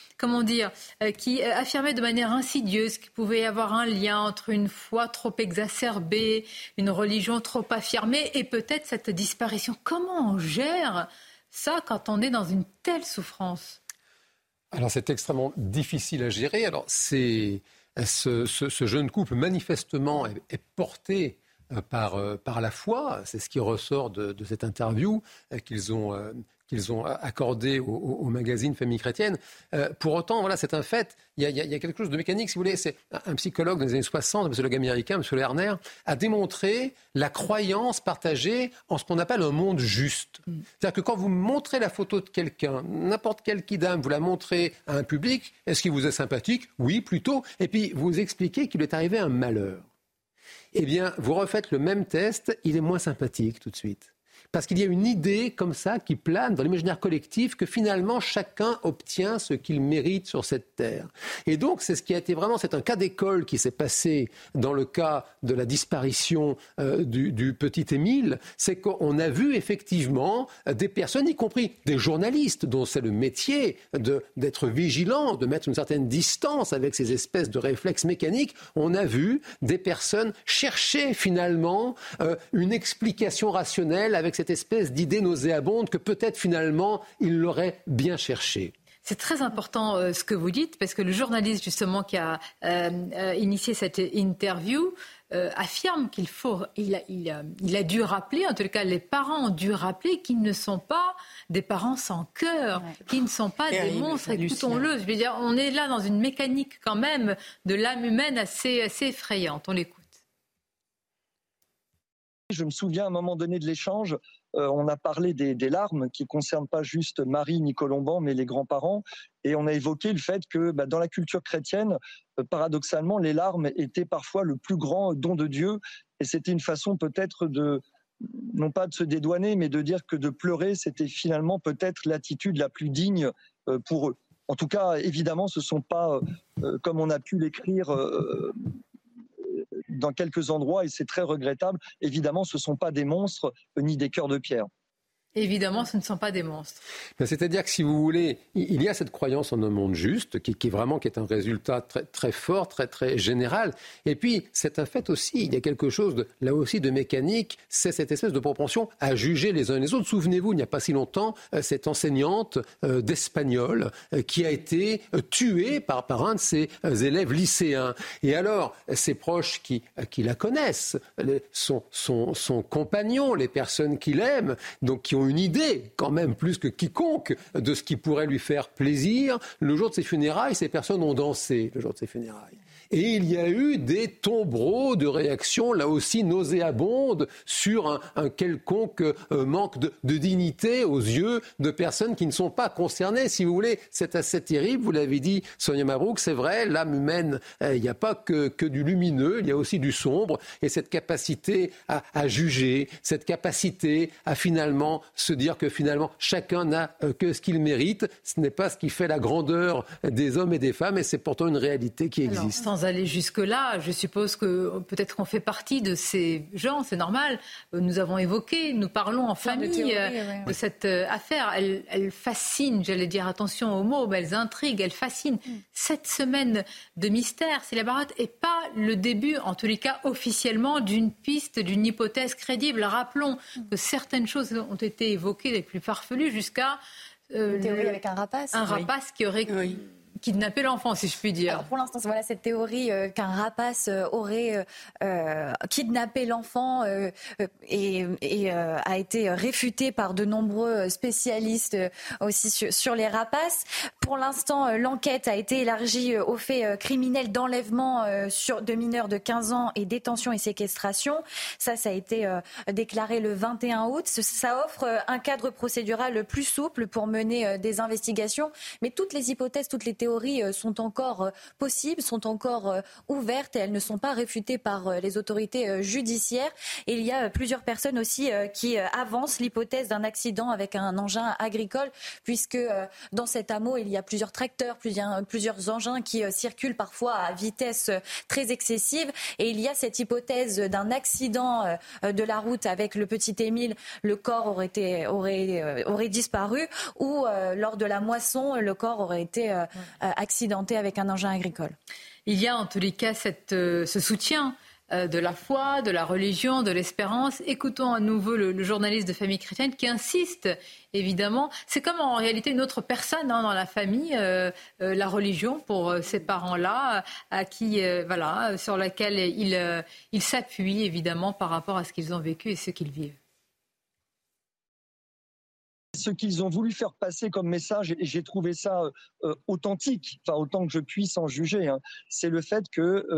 qui affirmaient de manière insidieuse qu'il pouvait y avoir un lien entre une foi trop exacerbée, une religion trop affirmée et peut-être cette disparition. Comment on gère ça quand on est dans une telle souffrance? Alors c'est extrêmement difficile à gérer. Alors ce jeune couple manifestement est porté par la foi. C'est ce qui ressort de cette interview qu'ils ont qu'ils ont accordé au magazine Famille chrétienne. Pour autant, voilà, c'est un fait. Il y a quelque chose de mécanique, si vous voulez. C'est un psychologue dans les années 60, un psychologue américain, M. Lerner, a démontré la croyance partagée en ce qu'on appelle un monde juste. C'est-à-dire que quand vous montrez la photo de quelqu'un, n'importe quel kidam, vous la montrez à un public, est-ce qu'il vous est sympathique ? Oui, plutôt. Et puis, vous expliquez qu'il est arrivé un malheur. Eh bien, vous refaites le même test, il est moins sympathique tout de suite. Parce qu'il y a une idée comme ça qui plane dans l'imaginaire collectif que finalement chacun obtient ce qu'il mérite sur cette terre. Et donc c'est ce qui a été vraiment, c'est un cas d'école qui s'est passé dans le cas de la disparition du petit Émile, c'est qu'on a vu effectivement des personnes, y compris des journalistes dont c'est le métier d'être vigilant, de mettre une certaine distance avec ces espèces de réflexes mécaniques, on a vu des personnes chercher finalement une explication rationnelle avec cette espèce d'idée nauséabonde que peut-être finalement il l'aurait bien cherché. C'est très important ce que vous dites, parce que le journaliste justement qui a initié cette interview affirme il a dû rappeler, en tout cas les parents ont dû rappeler qu'ils ne sont pas des parents sans cœur, qui ne sont pas des monstres, écoutons-le. Je veux dire, on est là dans une mécanique quand même de l'âme humaine assez effrayante. On l'écoute. Je me souviens à un moment donné de l'échange, on a parlé des larmes qui ne concernent pas juste Marie ni Colomban, mais les grands-parents. Et on a évoqué le fait que dans la culture chrétienne, paradoxalement, les larmes étaient parfois le plus grand don de Dieu. Et c'était une façon peut-être non pas de se dédouaner, mais de dire que de pleurer, c'était finalement peut-être l'attitude la plus digne pour eux. En tout cas, évidemment, ce ne sont pas, comme on a pu l'écrire dans quelques endroits, et c'est très regrettable, évidemment, ce ne sont pas des monstres ni des cœurs de pierre. Évidemment, ce ne sont pas des monstres. C'est-à-dire que si vous voulez, il y a cette croyance en un monde juste qui est un résultat très, très fort, très, très général. Et puis, c'est un fait aussi, il y a quelque chose là aussi de mécanique, c'est cette espèce de propension à juger les uns les autres. Souvenez-vous, il n'y a pas si longtemps, cette enseignante d'espagnol qui a été tuée par un de ses élèves lycéens. Et alors, ses proches qui la connaissent, son compagnon, les personnes qu'il aime, donc qui ont une idée, quand même, plus que quiconque, de ce qui pourrait lui faire plaisir. Le jour de ses funérailles, ces personnes ont dansé le jour de ses funérailles. Et il y a eu des tombereaux de réactions, là aussi nauséabondes, sur un quelconque manque de dignité aux yeux de personnes qui ne sont pas concernées. Si vous voulez, c'est assez terrible, vous l'avez dit, Sonia Mabrouk, c'est vrai, l'âme humaine, il n'y a pas que du lumineux, il y a aussi du sombre, et cette capacité à juger, cette capacité à finalement se dire que finalement chacun n'a que ce qu'il mérite, ce n'est pas ce qui fait la grandeur des hommes et des femmes, et c'est pourtant une réalité qui existe. Sans aller jusque-là, je suppose que peut-être qu'on fait partie de ces gens, c'est normal. Nous avons évoqué, nous parlons en famille de cette affaire. Elle fascine, j'allais dire attention aux mots, mais elles intriguent, elles fascinent. Cette semaine de mystère, c'est la barotte, et pas le début, en tous les cas officiellement, d'une piste, d'une hypothèse crédible. Rappelons que certaines choses ont été évoquées, les plus farfelues, jusqu'à... une théorie avec un rapace. Un rapace qui aurait... kidnapper l'enfant, si je puis dire. Alors pour l'instant, voilà cette théorie qu'un rapace aurait kidnappé l'enfant et a été réfutée par de nombreux spécialistes aussi sur les rapaces. Pour l'instant, l'enquête a été élargie aux faits criminels d'enlèvement de mineurs de 15 ans et détention et séquestration. Ça a été déclaré le 21 août. Ça offre un cadre procédural plus souple pour mener des investigations. Mais toutes les hypothèses, toutes les théories sont encore possibles, sont encore ouvertes et elles ne sont pas réfutées par les autorités judiciaires. Et il y a plusieurs personnes aussi qui avancent l'hypothèse d'un accident avec un engin agricole, puisque dans cet hameau, il y a plusieurs tracteurs, plusieurs engins qui circulent parfois à vitesse très excessive. Et il y a cette hypothèse d'un accident de la route avec le petit Émile. Le corps aurait disparu, ou lors de la moisson, le corps aurait été accidenté avec un engin agricole. Il y a en tous les cas ce soutien de la foi, de la religion, de l'espérance. Écoutons à nouveau le journaliste de Famille chrétienne qui insiste, évidemment. C'est comme en réalité une autre personne dans la famille, la religion, pour ces parents-là, à qui, sur laquelle il s'appuie, évidemment, par rapport à ce qu'ils ont vécu et ce qu'ils vivent. Ce qu'ils ont voulu faire passer comme message, et j'ai trouvé ça authentique, enfin autant que je puisse en juger, hein, c'est le fait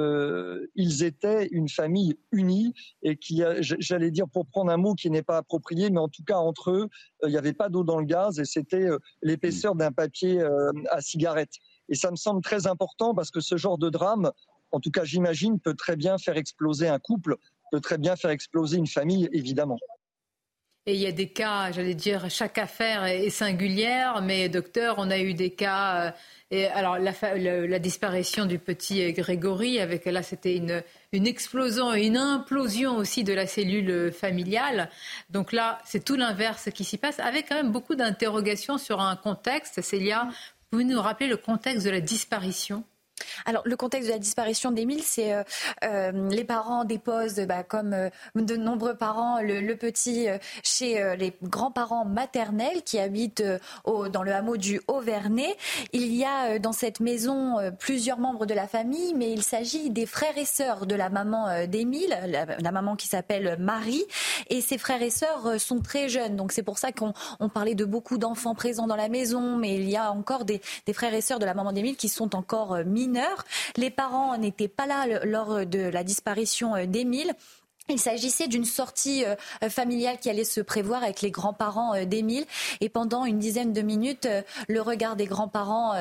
qu'ils étaient une famille unie et qui, j'allais dire pour prendre un mot qui n'est pas approprié, mais en tout cas entre eux, il n'y avait pas d'eau dans le gaz et c'était l'épaisseur d'un papier à cigarette. Et ça me semble très important parce que ce genre de drame, en tout cas j'imagine, peut très bien faire exploser un couple, peut très bien faire exploser une famille, évidemment. Et il y a des cas, j'allais dire, chaque affaire est singulière, mais docteur, on a eu des cas. Alors la disparition du petit Grégory, là c'était une explosion et une implosion aussi de la cellule familiale. Donc là, c'est tout l'inverse qui s'y passe, avec quand même beaucoup d'interrogations sur un contexte. Célia, pouvez-vous nous rappeler le contexte de la disparition ? Alors, le contexte de la disparition d'Émile, c'est les parents déposent, comme de nombreux parents, le petit chez les grands-parents maternels qui habitent dans le hameau du Haut-Vernay. Il y a dans cette maison plusieurs membres de la famille, mais il s'agit des frères et sœurs de la maman d'Émile, la maman qui s'appelle Marie. Et ses frères et sœurs sont très jeunes. Donc, c'est pour ça qu'on parlait de beaucoup d'enfants présents dans la maison, mais il y a encore des frères et sœurs de la maman d'Émile qui sont encore mineurs. Les parents n'étaient pas là lors de la disparition d'Émile. Il s'agissait d'une sortie familiale qui allait se prévoir avec les grands-parents d'Émile. Et pendant une dizaine de minutes, le regard des grands-parents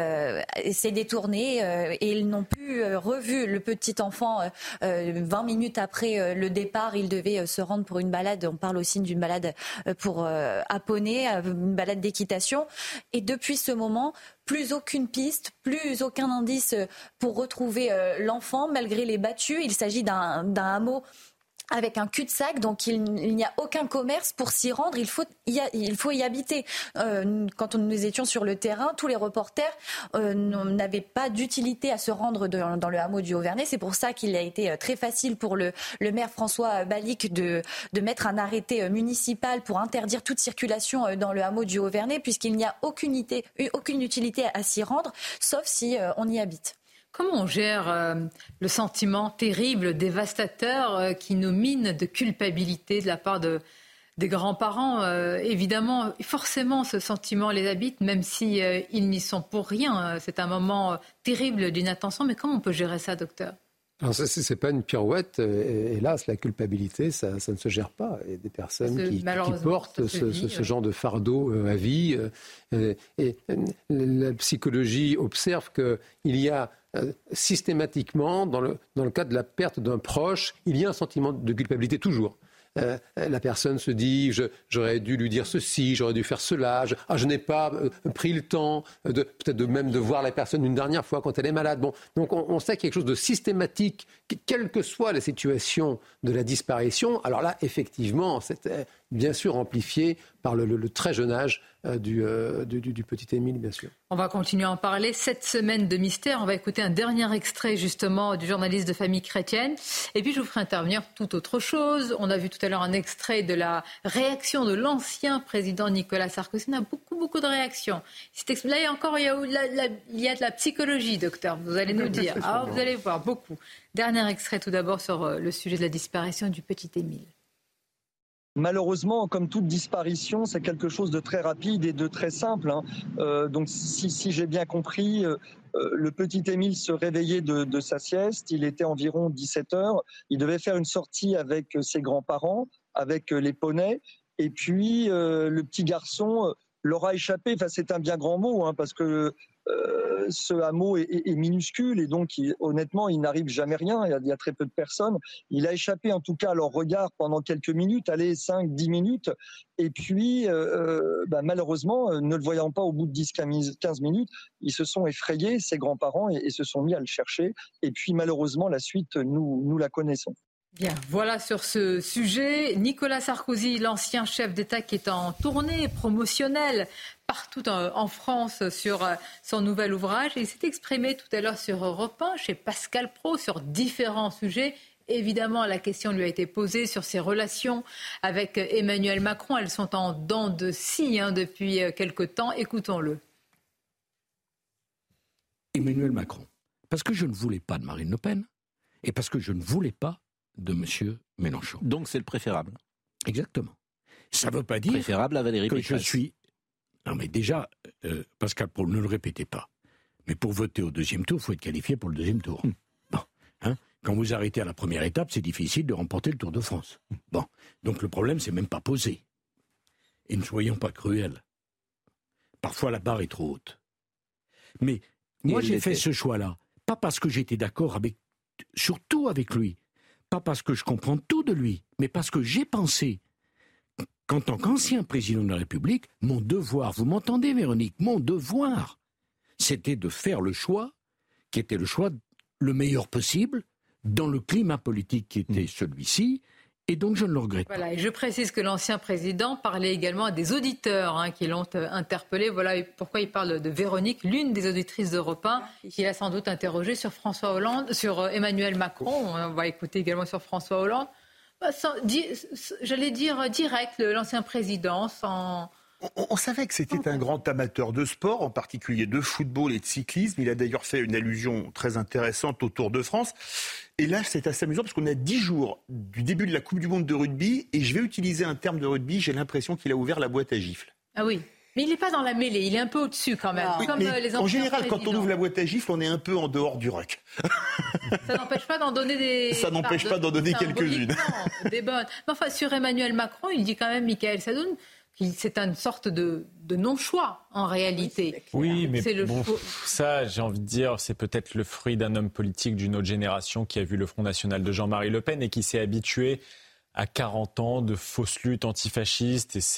s'est détourné et ils n'ont plus revu le petit enfant 20 minutes après le départ. Il devait se rendre pour une balade. On parle aussi d'une balade pour à poney, une balade d'équitation. Et depuis ce moment, plus aucune piste, plus aucun indice pour retrouver l'enfant, malgré les battues. Il s'agit d'un hameau avec un cul-de-sac, donc il n'y a aucun commerce pour s'y rendre, il faut y habiter. Quand nous étions sur le terrain, tous les reporters n'avaient pas d'utilité à se rendre dans le hameau du Haut-Vernay. C'est pour ça qu'il a été très facile pour le maire François Balic de mettre un arrêté municipal pour interdire toute circulation dans le hameau du Haut-Vernay, puisqu'il n'y a aucune utilité à s'y rendre, sauf si on y habite. Comment on gère le sentiment terrible, dévastateur qui nous mine de culpabilité de la part des grands-parents Évidemment, forcément, ce sentiment les habite, même si ils n'y sont pour rien. C'est un moment terrible d'inattention. Mais comment on peut gérer ça, docteur ? Alors c'est pas une pirouette, hélas, la culpabilité, ça ne se gère pas. Il y a des personnes qui portent ce genre de fardeau à vie. Et la psychologie observe qu'il y a systématiquement, dans le cas de la perte d'un proche, il y a un sentiment de culpabilité toujours. La personne se dit j'aurais dû lui dire ceci, j'aurais dû faire cela, je n'ai pas pris le temps peut-être même de voir la personne une dernière fois quand elle est malade. Bon, donc on sait quelque chose de systématique, quelle que soit la situation de la disparition. Alors là, effectivement, c'était bien sûr amplifié par le très jeune âge du petit Émile, bien sûr. On va continuer à en parler. 7 semaines de mystère. On va écouter un dernier extrait, justement, du journaliste de Famille Chrétienne. Et puis, je vous ferai intervenir tout autre chose. On a vu tout à l'heure un extrait de la réaction de l'ancien président Nicolas Sarkozy. On a beaucoup de réactions. Là, il y a de la psychologie, docteur. Vous allez nous dire. Alors, vous allez voir beaucoup. Dernier extrait, tout d'abord, sur le sujet de la disparition du petit Émile. Malheureusement, comme toute disparition, c'est quelque chose de très rapide et de très simple. Donc, si j'ai bien compris, le petit Émile se réveillait de sa sieste. Il était environ 17h. Il devait faire une sortie avec ses grands-parents, avec les poneys. Et puis, le petit garçon leur a échappé. Enfin, c'est un bien grand mot, parce que ce hameau est minuscule et donc honnêtement il n'arrive jamais rien, il y a très peu de personnes. Il a échappé en tout cas à leur regard pendant quelques minutes, 5-10 minutes, et puis malheureusement ne le voyant pas au bout de 10-15 minutes, ils se sont effrayés, ses grands-parents, et se sont mis à le chercher, et puis malheureusement la suite nous la connaissons. Bien, voilà sur ce sujet. Nicolas Sarkozy, l'ancien chef d'État qui est en tournée promotionnelle partout en France sur son nouvel ouvrage. Il s'est exprimé tout à l'heure sur Europe 1, chez Pascal Praud, sur différents sujets. Évidemment, la question lui a été posée sur ses relations avec Emmanuel Macron. Elles sont en dents de scie depuis quelque temps. Écoutons-le. Emmanuel Macron, parce que je ne voulais pas de Marine Le Pen et parce que je ne voulais pas de M. Mélenchon. Donc c'est le préférable. Exactement. Ça ne veut pas dire préférable à Valérie que Pécresse. je suis... Non mais déjà, Pascal Praud, ne le répétez pas. Mais pour voter au deuxième tour, il faut être qualifié pour le deuxième tour. Bon, hein, quand vous arrêtez à la première étape, c'est difficile de remporter le Tour de France. Bon, donc le problème, c'est même pas posé. Et ne soyons pas cruels. Parfois, la barre est trop haute. Mais moi, j'ai fait ce choix-là, pas parce que j'étais d'accord surtout avec lui, pas parce que je comprends tout de lui, mais parce que j'ai pensé qu'en tant qu'ancien président de la République, mon devoir, vous m'entendez Véronique, mon devoir, c'était de faire le choix qui était le choix le meilleur possible dans le climat politique qui était celui-ci, et donc je ne le regrette pas. Voilà, et je précise que l'ancien président parlait également à des auditeurs qui l'ont interpellé. Voilà pourquoi il parle de Véronique, l'une des auditrices d'Europe 1, qui l'a sans doute interrogé sur François Hollande, sur Emmanuel Macron. On va écouter également sur François Hollande. J'allais dire direct, l'ancien président, sans... On savait que c'était un grand amateur de sport, en particulier de football et de cyclisme. Il a d'ailleurs fait une allusion très intéressante au Tour de France. Et là, c'est assez amusant parce qu'on a 10 jours du début de la Coupe du Monde de rugby. Et je vais utiliser un terme de rugby, j'ai l'impression qu'il a ouvert la boîte à gifles. Ah oui, mais il n'est pas dans la mêlée, il est un peu au-dessus quand même. Oui, comme les en général, présidents. quand on ouvre la boîte à gifles, on est un peu en dehors du ruck. Ça n'empêche pas d'en donner des... Ça n'empêche pas d'en donner quelques-unes. Des bonnes. Mais enfin, sur Emmanuel Macron, il dit quand même, Michael Sadoun, c'est une sorte de non-choix, en réalité. Oui, mais bon, ça, j'ai envie de dire, c'est peut-être le fruit d'un homme politique d'une autre génération qui a vu le Front National de Jean-Marie Le Pen et qui s'est habitué à 40 ans de fausses luttes antifascistes. Et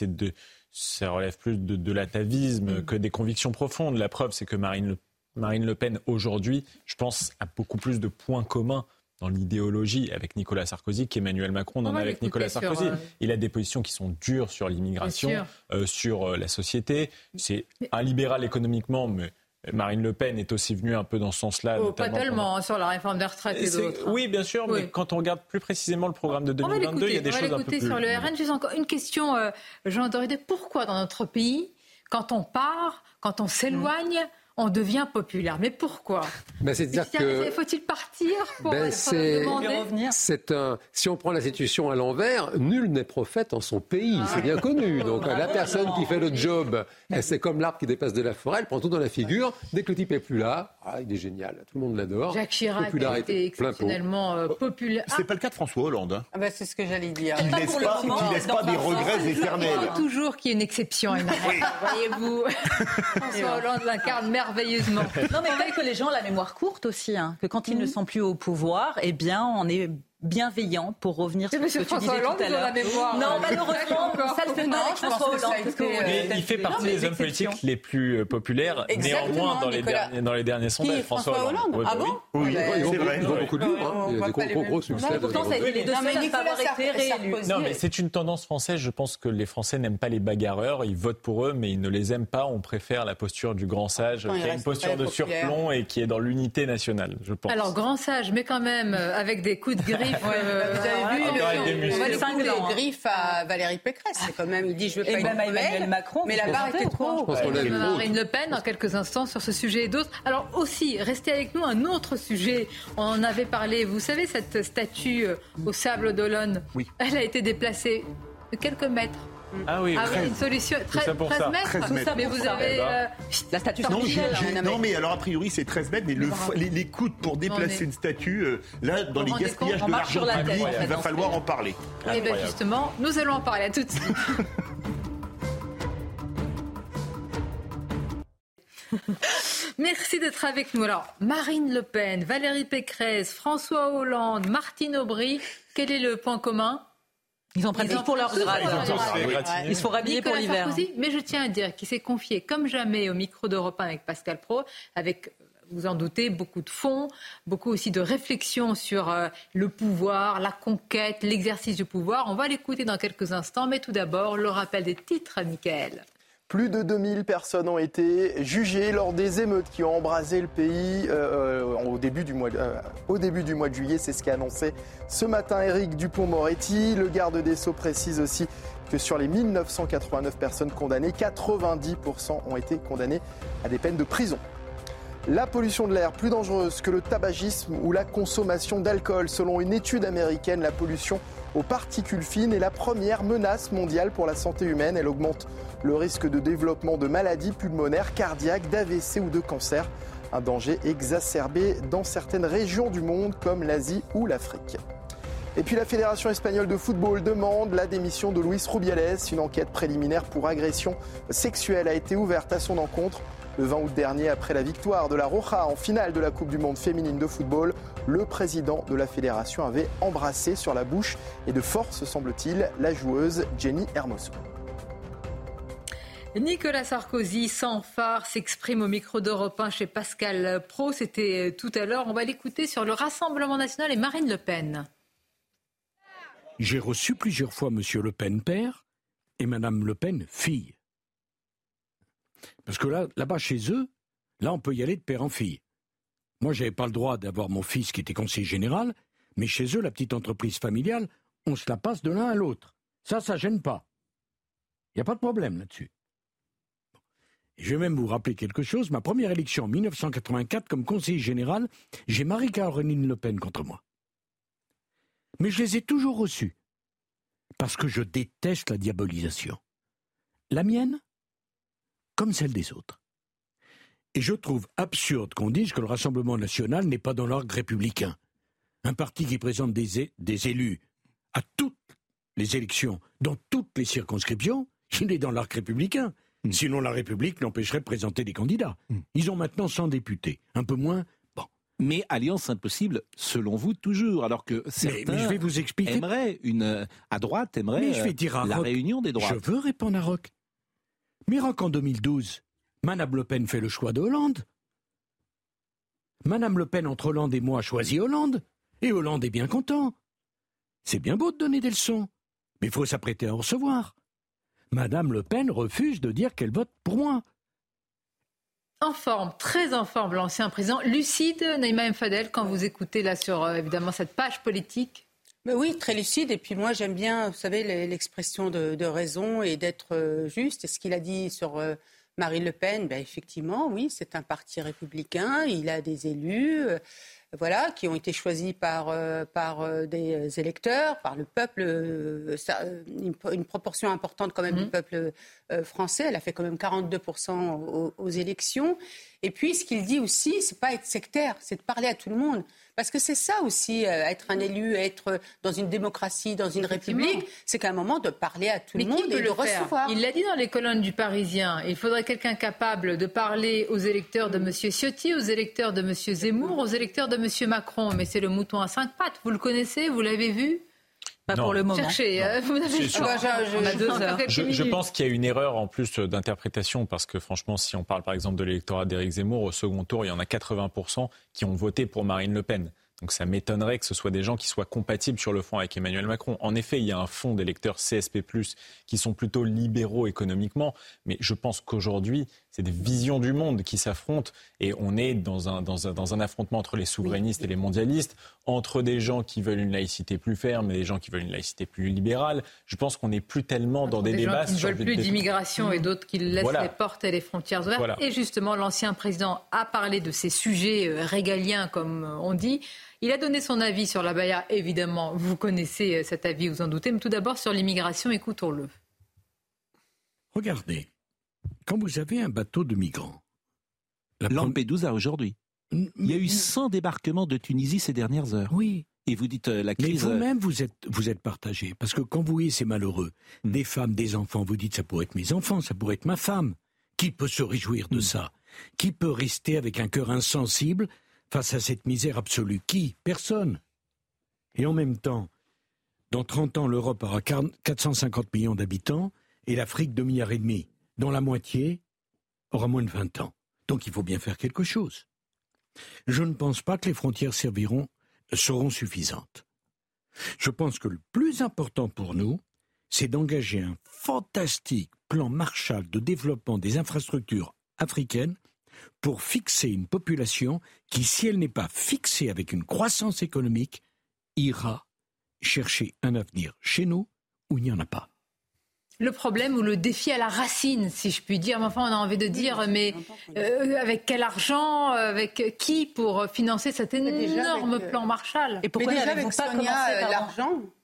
ça relève plus de l'atavisme que des convictions profondes. La preuve, c'est que Marine Le Pen, aujourd'hui, je pense, a beaucoup plus de points communs dans l'idéologie avec Nicolas Sarkozy qu'Emmanuel Macron n'en a avec Nicolas Sarkozy. Il a des positions qui sont dures sur l'immigration, sur la société. C'est un libéral économiquement, mais Marine Le Pen est aussi venue un peu dans ce sens-là. Pas tellement, sur la réforme des retraites et d'autres. Oui, bien sûr, mais quand on regarde plus précisément le programme de 2022, il y a des choses un peu plus... sur le RN. Juste encore une question, Jean Doré, pourquoi dans notre pays, quand on part, quand on s'éloigne, on devient populaire? Mais pourquoi? C'est-à-dire que... Faut-il partir pour revenir? Si on prend la situation à l'envers, nul n'est prophète en son pays, c'est bien connu. Donc la personne qui fait le job, c'est comme l'arbre qui dépasse de la forêt, elle prend tout dans la figure. Dès que le type est plus là, il est génial, tout le monde l'adore. Jacques Chirac a été exceptionnellement populaire. C'est pas le cas de François Hollande. C'est ce que j'allais dire. Qui ne laisse pas des regrets éternels. Il faut toujours qu'il y ait une exception. Voyez-vous, François Hollande l'incarne merveilleusement. Non, mais peut-être que les gens ont la mémoire courte aussi, que quand ils ne sont plus au pouvoir, eh bien, on est bienveillant pour revenir sur ce que tu disais tout à l'heure. Non, malheureusement, ça le fait pas avec François Hollande. Il fait partie des hommes politiques les plus populaires, néanmoins, dans les derniers sondages. François Hollande. Ah bon? Oui, c'est vrai. Ils ont beaucoup de livres, il y a des gros succès. Pourtant, ça a été les deux seuls à ne pas avoir été réélus. Non, mais c'est une tendance française. Je pense que les Français n'aiment pas les bagarreurs. Ils votent pour eux, mais ils ne les aiment pas. On préfère la posture du grand sage, qui a une posture de surplomb et qui est dans l'unité nationale, je pense. Alors, grand sage, mais quand même, avec des coups de griffe. Vous avez vu, on va les coups de griffe à Valérie Pécresse. C'est quand même, il dit, je veux pas une Emmanuel Macron, mais la barre était trop haute. Marine Le Pen, dans quelques instants, sur ce sujet et d'autres. Alors aussi, restez avec nous, un autre sujet. On en avait parlé, vous savez, cette statue au Sable d'Olonne, elle a été déplacée de quelques mètres. Ah oui, une solution 13 mètres. Tout ça mais vous avez la statue. Non, mais alors a priori c'est 13 mètres, mais les coûts pour déplacer une statue, là dans les gaspillages de l'argent public, il va falloir en parler. Et bien justement, nous allons en parler. À tout de suite. Merci d'être avec nous. Alors, Marine Le Pen, Valérie Pécresse, François Hollande, Martine Aubry, quel est le point commun? Ils en prennent pour leur grade. Ils se font rhabiller pour l'hiver. Sarkozy, mais je tiens à dire qu'il s'est confié comme jamais au micro d'Europe 1 avec Pascal Praud, avec, vous en doutez, beaucoup de fond, beaucoup aussi de réflexion sur le pouvoir, la conquête, l'exercice du pouvoir. On va l'écouter dans quelques instants, mais tout d'abord, le rappel des titres, Mickaël. Plus de 2000 personnes ont été jugées lors des émeutes qui ont embrasé le pays au début du mois de juillet. C'est ce qu'a annoncé ce matin Éric Dupond-Moretti. Le garde des Sceaux précise aussi que sur les 1989 personnes condamnées, 90% ont été condamnées à des peines de prison. La pollution de l'air, plus dangereuse que le tabagisme ou la consommation d'alcool. Selon une étude américaine, la pollution aux particules fines est la première menace mondiale pour la santé humaine. Elle augmente le risque de développement de maladies pulmonaires, cardiaques, d'AVC ou de cancer. Un danger exacerbé dans certaines régions du monde comme l'Asie ou l'Afrique. Et puis la Fédération espagnole de football demande la démission de Luis Rubiales. Une enquête préliminaire pour agression sexuelle a été ouverte à son encontre. Le 20 août dernier, après la victoire de la Roja en finale de la Coupe du Monde féminine de football, le président de la fédération avait embrassé sur la bouche et de force, semble-t-il, la joueuse Jenny Hermoso. Nicolas Sarkozy, sans phare, s'exprime au micro d'Europe 1 chez Pascal Praud. C'était tout à l'heure. On va l'écouter sur le Rassemblement national et Marine Le Pen. J'ai reçu plusieurs fois M. Le Pen père et Mme Le Pen fille. Parce que là-bas, chez eux, là, on peut y aller de père en fille. Moi, je n'avais pas le droit d'avoir mon fils qui était conseiller général, mais chez eux, la petite entreprise familiale, on se la passe de l'un à l'autre. Ça gêne pas. Il n'y a pas de problème là-dessus. Je vais même vous rappeler quelque chose. Ma première élection en 1984, comme conseiller général, j'ai Marie-Caroline Le Pen contre moi. Mais je les ai toujours reçus. Parce que je déteste la diabolisation. La mienne, comme celle des autres. Et je trouve absurde qu'on dise que le Rassemblement national n'est pas dans l'ordre républicain. Un parti qui présente des élus à toutes les élections, dans toutes les circonscriptions, il est dans l'arc républicain. Sinon, la République n'empêcherait de présenter des candidats. Ils ont maintenant 100 députés, un peu moins. Bon. Mais alliance impossible, selon vous, toujours, alors que certains mais je vais vous expliquer. Aimeraient à droite, mais je vais dire à la Roch, réunion des droites. Je veux répondre à Roch. Mais Roch, en 2012, Mme Le Pen fait le choix de Hollande. Mme Le Pen, entre Hollande et moi, a choisi Hollande. Et Hollande est bien content. C'est bien beau de donner des leçons, mais il faut s'apprêter à en recevoir. Madame Le Pen refuse de dire qu'elle vote pour moi. En forme, très en forme, l'ancien président. Lucide, Naïma M. Fadel, quand vous écoutez là sur évidemment cette page politique. Mais oui, très lucide. Et puis moi, j'aime bien, vous savez, l'expression de raison et d'être juste. Et ce qu'il a dit sur Marine Le Pen, ben, effectivement, oui, c'est un parti républicain. Il a des élus. Voilà, qui ont été choisis par des électeurs, par le peuple, une proportion importante quand même du peuple français. Elle a fait quand même 42% aux élections. Et puis, ce qu'il dit aussi, c'est pas être sectaire, c'est de parler à tout le monde. Parce que c'est ça aussi, être un élu, être dans une démocratie, dans une république, c'est qu'à un moment de parler à tout le monde et de recevoir. Il l'a dit dans les colonnes du Parisien, il faudrait quelqu'un capable de parler aux électeurs de M. Ciotti, aux électeurs de M. Zemmour, aux électeurs de M. Macron. Mais c'est le mouton à 5 pattes, vous le connaissez, vous l'avez vu ? Pas pour le moment. Cherchez, vous avez le choix. On a 2 heures. Je pense qu'il y a une erreur en plus d'interprétation parce que franchement, si on parle par exemple de l'électorat d'Éric Zemmour, au second tour, il y en a 80% qui ont voté pour Marine Le Pen. Donc ça m'étonnerait que ce soit des gens qui soient compatibles sur le fond avec Emmanuel Macron. En effet, il y a un fond d'électeurs CSP+, qui sont plutôt libéraux économiquement, mais je pense qu'aujourd'hui, c'est des visions du monde qui s'affrontent et on est dans un affrontement entre les souverainistes et les mondialistes, entre des gens qui veulent une laïcité plus ferme et des gens qui veulent une laïcité plus libérale. Je pense qu'on n'est plus tellement dans des débats sur... Des gens qui ne veulent plus d'immigration et d'autres qui laissent les portes et les frontières ouvertes. Voilà. Et justement, l'ancien président a parlé de ces sujets régaliens, comme on dit. Il a donné son avis sur la baya, évidemment, vous connaissez cet avis, vous en doutez, mais tout d'abord sur l'immigration, écoutons-le. Regardez, quand vous avez un bateau de migrants... Lampedusa aujourd'hui. Il y a eu 100 débarquements de Tunisie ces dernières heures. Oui. Et vous dites la crise... Mais vous-même, vous êtes partagé. Parce que quand vous voyez ces malheureux, des femmes, des enfants, vous dites ça pourrait être mes enfants, ça pourrait être ma femme. Qui peut se réjouir de ça ? Qui peut rester avec un cœur insensible face à cette misère absolue? Qui? Personne. Et en même temps, dans 30 ans, l'Europe aura 450 millions d'habitants et l'Afrique 2,5 milliards, dont la moitié aura moins de 20 ans. Donc il faut bien faire quelque chose. Je ne pense pas que les frontières seront suffisantes. Je pense que le plus important pour nous, c'est d'engager un fantastique plan Marshall de développement des infrastructures africaines pour fixer une population qui, si elle n'est pas fixée avec une croissance économique, ira chercher un avenir chez nous où il n'y en a pas. Le problème ou le défi à la racine, si je puis dire. Mais enfin, on a envie de dire, mais avec quel argent, avec qui pour financer cet énorme plan Marshall? Et pourquoi déjà avec Sonia, l'argent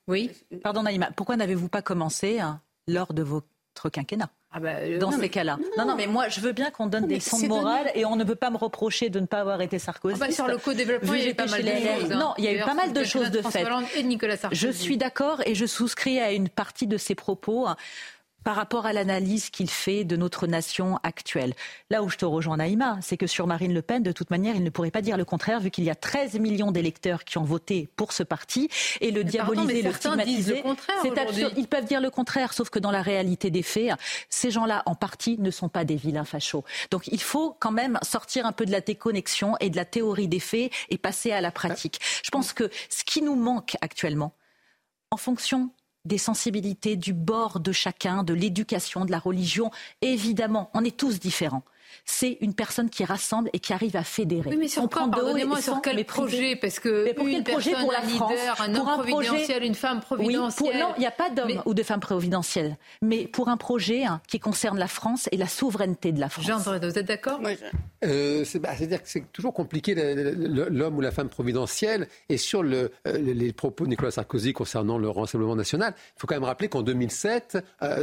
Oui. Pardon Naïma, pourquoi n'avez-vous pas commencé lors de votre quinquennat dans ces cas-là. Non, mais moi, je veux bien qu'on donne des leçons de morale et on ne peut pas me reprocher de ne pas avoir été sarkozyste. Sur le co-développement, il y a eu pas mal de choses. Non, il y a eu pas mal de choses de fait. Et Nicolas Sarkozy. Je suis d'accord et je souscris à une partie de ses propos par rapport à l'analyse qu'il fait de notre nation actuelle. Là où je te rejoins, Naïma, c'est que sur Marine Le Pen, de toute manière, il ne pourrait pas dire le contraire, vu qu'il y a 13 millions d'électeurs qui ont voté pour ce parti, et le diaboliser, le stigmatiser, c'est absurde. Ils peuvent dire le contraire, sauf que dans la réalité des faits, ces gens-là, en partie, ne sont pas des vilains fachos. Donc il faut quand même sortir un peu de la déconnexion et de la théorie des faits et passer à la pratique. Je pense que ce qui nous manque actuellement, en fonction des sensibilités, du bord de chacun, de l'éducation, de la religion. Évidemment, on est tous différents. C'est une personne qui rassemble et qui arrive à fédérer. Oui, mais sur quoi, pardonnez-moi, sur quel projet ? Parce que pour quel projet pour la France, un homme providentiel, une femme providentielle. Oui, non, il n'y a pas d'homme ou de femme providentielle. Mais pour un projet qui concerne la France et la souveraineté de la France. Jean-André, vous êtes d'accord ? C'est-à-dire que c'est toujours compliqué, l'homme ou la femme providentielle. Et sur les propos de Nicolas Sarkozy concernant le Rassemblement national, il faut quand même rappeler qu'en 2007,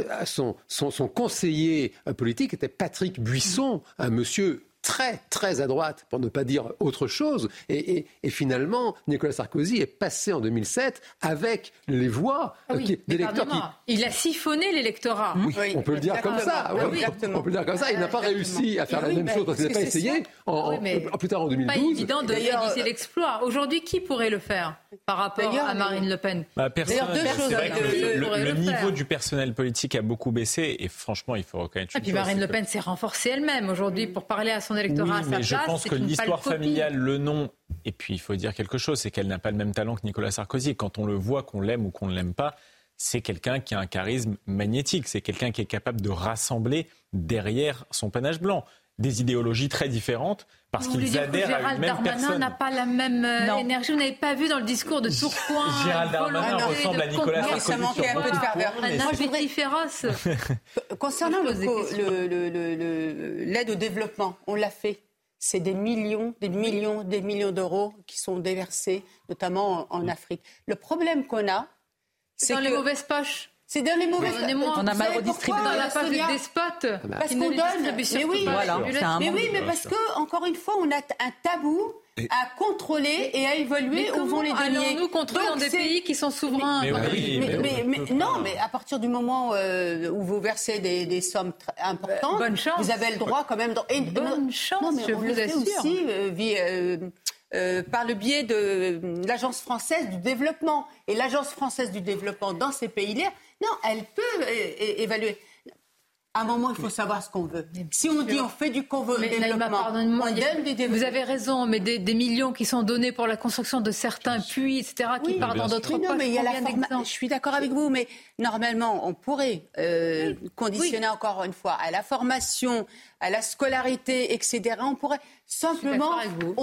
son conseiller politique était Patrick Buisson, un monsieur très, très à droite, pour ne pas dire autre chose. Et finalement, Nicolas Sarkozy est passé en 2007 avec les voix d'électeurs qui... Il a siphonné l'électorat. Oui, on peut le dire comme ça. On peut le dire comme ça. Il n'a pas réussi à faire la même chose parce qu'il n'a pas essayé plus tard en 2012. Pas évident de réaliser l'exploit. Aujourd'hui, qui pourrait le faire par rapport à Marine Le Pen ? C'est vrai que le niveau du personnel politique a beaucoup baissé et franchement, il faut reconnaître. Et puis Marine Le Pen s'est renforcée elle-même aujourd'hui pour parler à son électorat. Oui, mais je pense que l'histoire familiale, le nom, et puis il faut dire quelque chose, c'est qu'elle n'a pas le même talent que Nicolas Sarkozy. Quand on le voit, qu'on l'aime ou qu'on ne l'aime pas, c'est quelqu'un qui a un charisme magnétique. C'est quelqu'un qui est capable de rassembler derrière son panache blanc des idéologies très différentes parce qu'ils adhèrent à une même personne. Gérald Darmanin n'a pas la même énergie. Vous n'avez pas vu dans le discours de Tourcoing. Gérald Darmanin ressemble à Nicolas Sarkozy. Ça manquait un peu de ferveur. Un appétit féroce. Concernant l'aide au développement, on l'a fait. C'est des millions d'euros qui sont déversés, notamment en Afrique. Le problème qu'on a, c'est dans les mauvaises poches. C'est dans les mauvaises poches. On a mal redistribué dans la page des spots. Parce qu'on donne. Mais oui, mais parce que encore une fois, on a un tabou à contrôler et à évaluer où vont les deniers. Allons-nous contrôler dans des pays qui sont souverains? Non, mais à partir du moment où vous versez des sommes importantes, vous avez le droit quand même. Bonne chance, non, mais je on vous le fait assure. aussi par le biais de l'Agence française du développement. Et l'Agence française du développement dans ces pays-là, non, elle peut évaluer. À un moment, il faut savoir ce qu'on veut. Si on dit on fait du développement, on donne des développements. Vous avez raison, mais des millions qui sont donnés pour la construction de certains puits, etc., qui partent dans d'autres poches. Mais il y a je suis d'accord avec vous, mais normalement, on pourrait conditionner encore une fois à la formation, à la scolarité, etc. On pourrait simplement,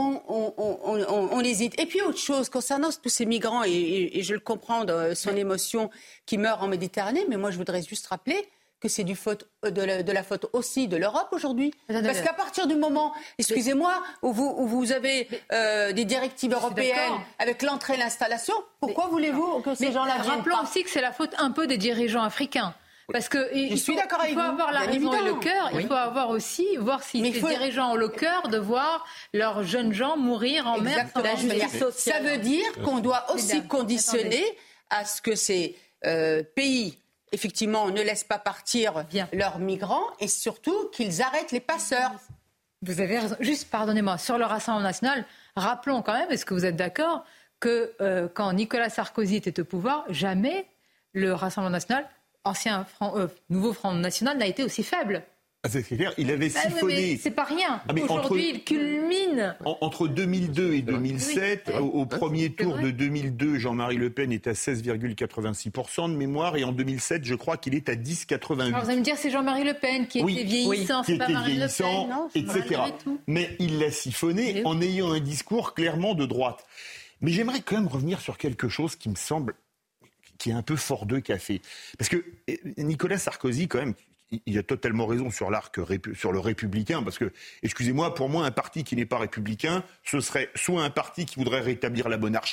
on hésite. Et puis autre chose, concernant tous ces migrants, et je le comprends de son émotion qui meurt en Méditerranée, mais moi je voudrais juste rappeler que c'est de la faute aussi de l'Europe aujourd'hui. Parce qu'à partir du moment, excusez-moi, où vous avez des directives européennes avec l'entrée et l'installation, pourquoi voulez-vous que ces gens-là viennent? Rappelons aussi que c'est la faute un peu des dirigeants africains. Parce que il faut avoir la raison et le cœur. Il faut avoir aussi voir si les dirigeants ont le cœur de voir leurs jeunes gens mourir en mer sans la justice sociale. Ça veut dire qu'on doit aussi conditionner à ce que ces pays effectivement, ne laissent pas partir leurs migrants et surtout qu'ils arrêtent les passeurs. Vous avez raison. Juste, pardonnez-moi, sur le Rassemblement national, rappelons quand même, est-ce que vous êtes d'accord, que quand Nicolas Sarkozy était au pouvoir, jamais le Rassemblement national, nouveau Front national, n'a été aussi faible. C'est clair, il avait siphonné. C'est pas rien. Aujourd'hui, il culmine. Entre 2002 et 2007, au premier tour de 2002, Jean-Marie Le Pen est à 16,86% de mémoire. Et en 2007, je crois qu'il est à 10,88%. Alors vous allez me dire, c'est Jean-Marie Le Pen qui était vieillissant, c'est pas Marine Le Pen. Non, etc. Mais il l'a siphonné en ayant un discours clairement de droite. Mais j'aimerais quand même revenir sur quelque chose qui me semble qui est un peu fort de café. Parce que Nicolas Sarkozy, quand même, il a totalement raison sur le républicain, parce que, excusez-moi, pour moi, un parti qui n'est pas républicain, ce serait soit un parti qui voudrait rétablir la monarchie,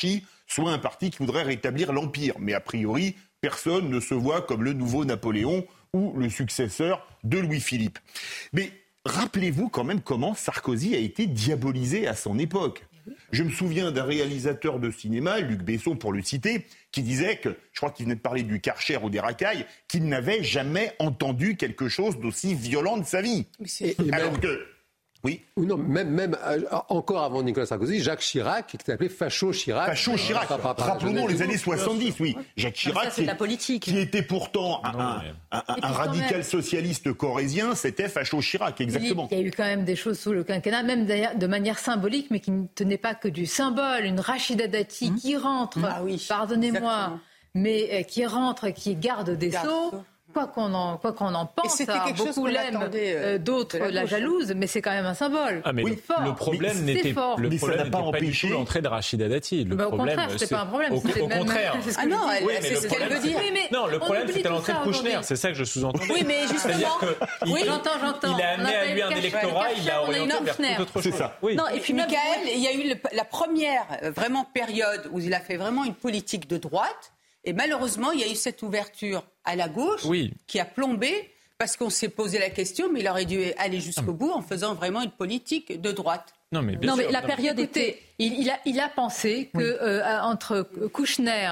soit un parti qui voudrait rétablir l'Empire. Mais a priori, personne ne se voit comme le nouveau Napoléon ou le successeur de Louis-Philippe. Mais rappelez-vous quand même comment Sarkozy a été diabolisé à son époque. Je me souviens d'un réalisateur de cinéma, Luc Besson pour le citer, qui disait que, je crois qu'il venait de parler du Karcher ou des racailles, qu'il n'avait jamais entendu quelque chose d'aussi violent de sa vie. Alors que... Oui. Ou non, même encore avant Nicolas Sarkozy, Jacques Chirac, qui était appelé Facho Chirac. Facho Chirac. Rappelons-nous les années 70, oui. Jacques Chirac, c'est de la politique. Qui était pourtant un radical socialiste corrézien, c'était Facho Chirac, exactement. Il y a eu quand même des choses sous le quinquennat, même d'ailleurs de manière symbolique, mais qui ne tenaient pas que du symbole. Une Rachida Dati qui rentre, pardonnez-moi, exactement. Mais qui rentre, qui est garde des Sceaux. Quoi qu'on en pense, beaucoup l'aiment, d'autres la jalousent, mais c'est quand même un symbole. Ah, mais fort. Le problème n'était pas du tout l'entrée de Rachida Dati. Au contraire, c'était pas un problème. Au contraire. Ah non, c'est ce qu'elle veut dire. Non, le problème c'était l'entrée de Kouchner. C'est ça que je sous-entends. Oui, mais justement. Oui, j'entends. Il a amené à lui un électorat, il a orienté vers toute autre chose. C'est ça. Non, et puis Michael, il y a eu la première vraiment période où il a fait vraiment une politique de droite. Et malheureusement, il y a eu cette ouverture à la gauche qui a plombé parce qu'on s'est posé la question, mais il aurait dû aller jusqu'au bout en faisant vraiment une politique de droite. Non, mais la période était... Il a pensé que entre Kouchner,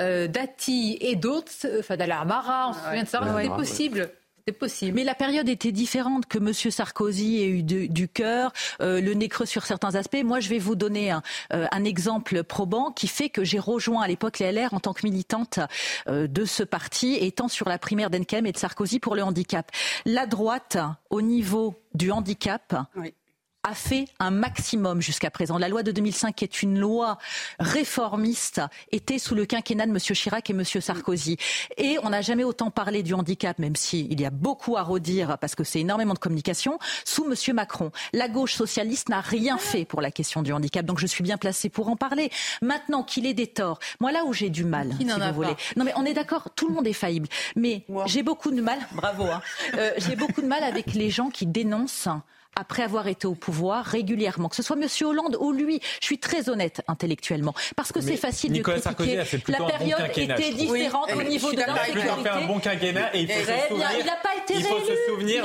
Dati et d'autres, Fadel Amara, on se souvient de ça, c'était possible. C'est possible. Mais la période était différente, que M. Sarkozy ait eu du cœur, le nez creux sur certains aspects. Moi, je vais vous donner un exemple probant qui fait que j'ai rejoint à l'époque les LR en tant que militante de ce parti, étant sur la primaire d'Enkem et de Sarkozy pour le handicap. La droite, au niveau du handicap... Oui. A fait un maximum jusqu'à présent. La loi de 2005, qui est une loi réformiste, était sous le quinquennat de M. Chirac et M. Sarkozy. Et on n'a jamais autant parlé du handicap, même s'il y a beaucoup à redire, parce que c'est énormément de communication, sous M. Macron. La gauche socialiste n'a rien fait pour la question du handicap, donc je suis bien placée pour en parler. Maintenant qu'il ait des torts, moi là où j'ai du mal, si vous voulez. Non mais on est d'accord, tout le monde est faillible. Mais j'ai beaucoup de mal, bravo, j'ai beaucoup de mal avec les gens qui dénoncent après avoir été au pouvoir régulièrement, que ce soit M. Hollande ou lui. Je suis très honnête intellectuellement, parce que c'est facile Nicolas de critiquer. Sarkozy a fait plutôt la période était différente au niveau de l'insécurité. Il a fait un bon quinquennat et il faut se souvenir. Il n'a pas été réélu. Il faut se souvenir.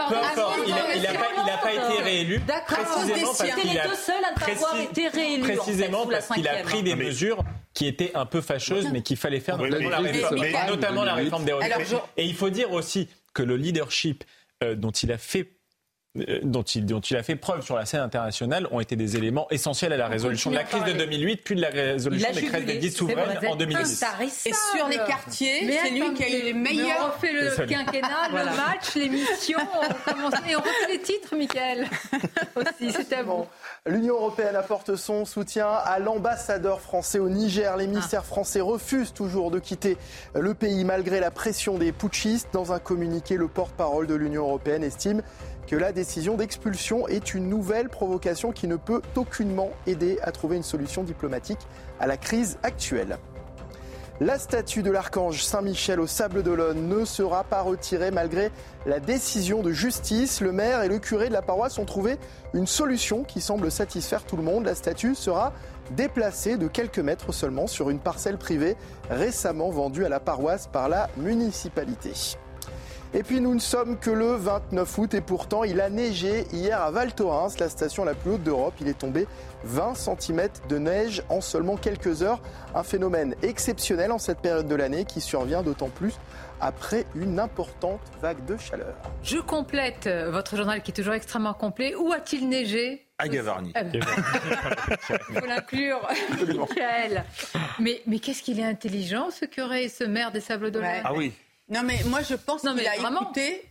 Il n'a pas été réélu. Précisément parce qu'il a, été réélu, précisément parce qu'il a pris des mesures qui étaient un peu fâcheuses, mais qu'il fallait faire notamment la réforme des retraites. Et il faut dire aussi que le leadership dont il a fait preuve sur la scène internationale ont été des éléments essentiels à la résolution de la crise de 2008, puis de la résolution des crises des guides souveraines en 2010. Et sur les quartiers, c'est lui qui a eu les meilleurs... On refait le quinquennat, le match, l'émission, et on refait les titres, Mickaël. Aussi, c'était bon. L'Union européenne apporte son soutien à l'ambassadeur français au Niger. Les ministères français refusent toujours de quitter le pays malgré la pression des putschistes. Dans un communiqué, le porte-parole de l'Union européenne estime que la décision d'expulsion est une nouvelle provocation qui ne peut aucunement aider à trouver une solution diplomatique à la crise actuelle. La statue de l'archange Saint-Michel au Sables-d'Olonne ne sera pas retirée malgré la décision de justice. Le maire et le curé de la paroisse ont trouvé une solution qui semble satisfaire tout le monde. La statue sera déplacée de quelques mètres seulement sur une parcelle privée récemment vendue à la paroisse par la municipalité. Et puis nous ne sommes que le 29 août et pourtant il a neigé hier à Val Thorens, la station la plus haute d'Europe. Il est tombé 20 cm de neige en seulement quelques heures. Un phénomène exceptionnel en cette période de l'année qui survient d'autant plus après une importante vague de chaleur. Je complète votre journal qui est toujours extrêmement complet. Où a-t-il neigé ? À Gavarnie. Il faut l'inclure, Michaël. Mais qu'est-ce qu'il est intelligent, ce curé, ce maire des Sables-d'Olonne. Ah oui. Non mais moi je pense qu'il a écouté.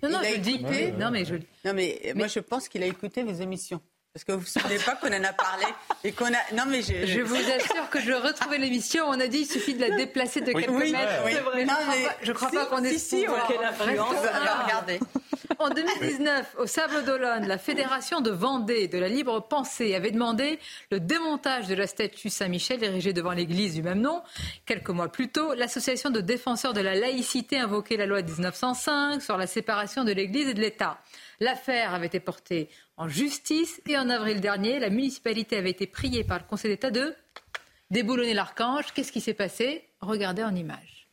Je pense qu'il a écouté vos émissions. Parce que vous ne vous souvenez pas qu'on en a parlé et qu'on a. Non mais je vous assure que je retrouvais l'émission. On a dit il suffit de la déplacer de quelques mètres. C'est vrai. Non, je crois pas qu'on ait quelle influence. Regardez. En 2019, au Sables-d'Olonne, la Fédération de Vendée de la Libre Pensée avait demandé le démontage de la statue Saint-Michel érigée devant l'église du même nom. Quelques mois plus tôt, l'association de défenseurs de la laïcité invoquait la loi de 1905 sur la séparation de l'église et de l'État. L'affaire avait été portée en justice et en avril dernier, la municipalité avait été priée par le Conseil d'État de déboulonner l'Archange. Qu'est-ce qui s'est passé? Regardez en images.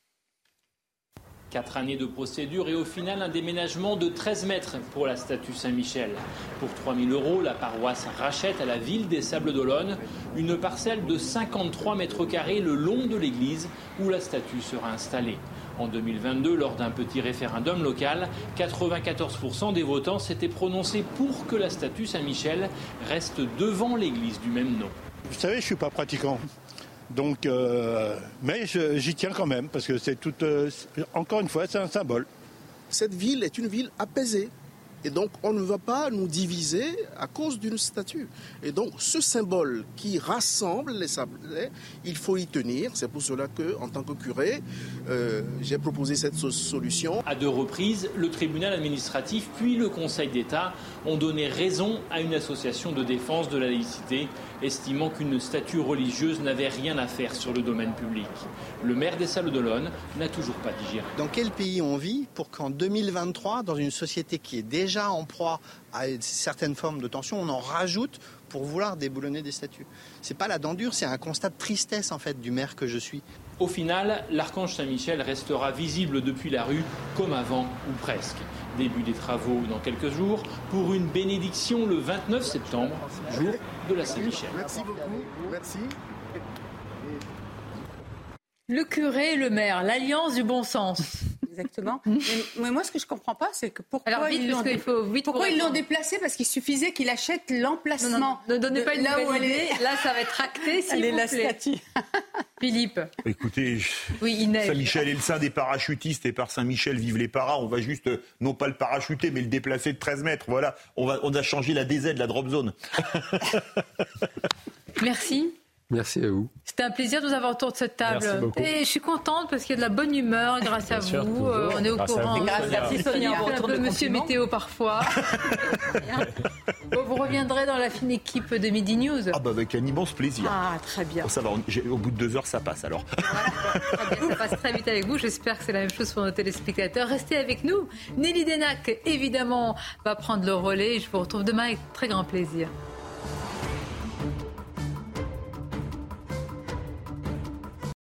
4 années de procédure et au final un déménagement de 13 mètres pour la statue Saint-Michel. Pour 3 000 €, la paroisse rachète à la ville des Sables-d'Olonne une parcelle de 53 mètres carrés le long de l'église où la statue sera installée. En 2022, lors d'un petit référendum local, 94% des votants s'étaient prononcés pour que la statue Saint-Michel reste devant l'église du même nom. Vous savez, je ne suis pas pratiquant. Donc, mais j'y tiens quand même, parce que c'est encore une fois, c'est un symbole. Cette ville est une ville apaisée. Et donc, on ne va pas nous diviser à cause d'une statue. Et donc, ce symbole qui rassemble les Sablés, il faut y tenir. C'est pour cela que, en tant que curé, j'ai proposé cette solution. À 2 reprises, le tribunal administratif puis le Conseil d'État ont donné raison à une association de défense de la laïcité, estimant qu'une statue religieuse n'avait rien à faire sur le domaine public. Le maire des Sables-d'Olonne n'a toujours pas digéré. Dans quel pays on vit pour qu'en 2023, dans une société qui est déjà en proie à certaines formes de tension, on en rajoute pour vouloir déboulonner des statues? C'est pas la dent dure, c'est un constat de tristesse en fait du maire que je suis. Au final, l'Archange Saint-Michel restera visible depuis la rue comme avant ou presque. Début des travaux dans quelques jours pour une bénédiction le 29 septembre, jour de la Saint-Michel. Merci beaucoup. Merci. Le curé et le maire, l'alliance du bon sens. Exactement. Mais moi, ce que je ne comprends pas, c'est que pourquoi ils l'ont déplacé, parce qu'il suffisait qu'il achète l'emplacement. Non, ne donnez pas une là où elle est. Là, ça va être acté, s'il vous plaît. La statue. Philippe. Écoutez, Saint-Michel est le saint des parachutistes et par Saint-Michel vivent les paras. On va juste, non pas le parachuter, mais le déplacer de 13 mètres. Voilà, on a changé la DZ, la drop zone. Merci. Merci à vous. C'était un plaisir de vous avoir autour de cette table. Merci beaucoup. Et je suis contente parce qu'il y a de la bonne humeur grâce à sûr, vous. On est au courant. Merci Sonia. Un peu Monsieur Météo parfois. Bon, vous reviendrez dans la fine équipe de Midi News. Ah bah avec un immense plaisir. Ah, très bien. Bon, ça va, au bout de 2 heures, ça passe alors. Voilà, très bien, ça passe très vite avec vous. J'espère que c'est la même chose pour nos téléspectateurs. Restez avec nous. Nelly Denac, évidemment, va prendre le relais. Je vous retrouve demain avec très grand plaisir.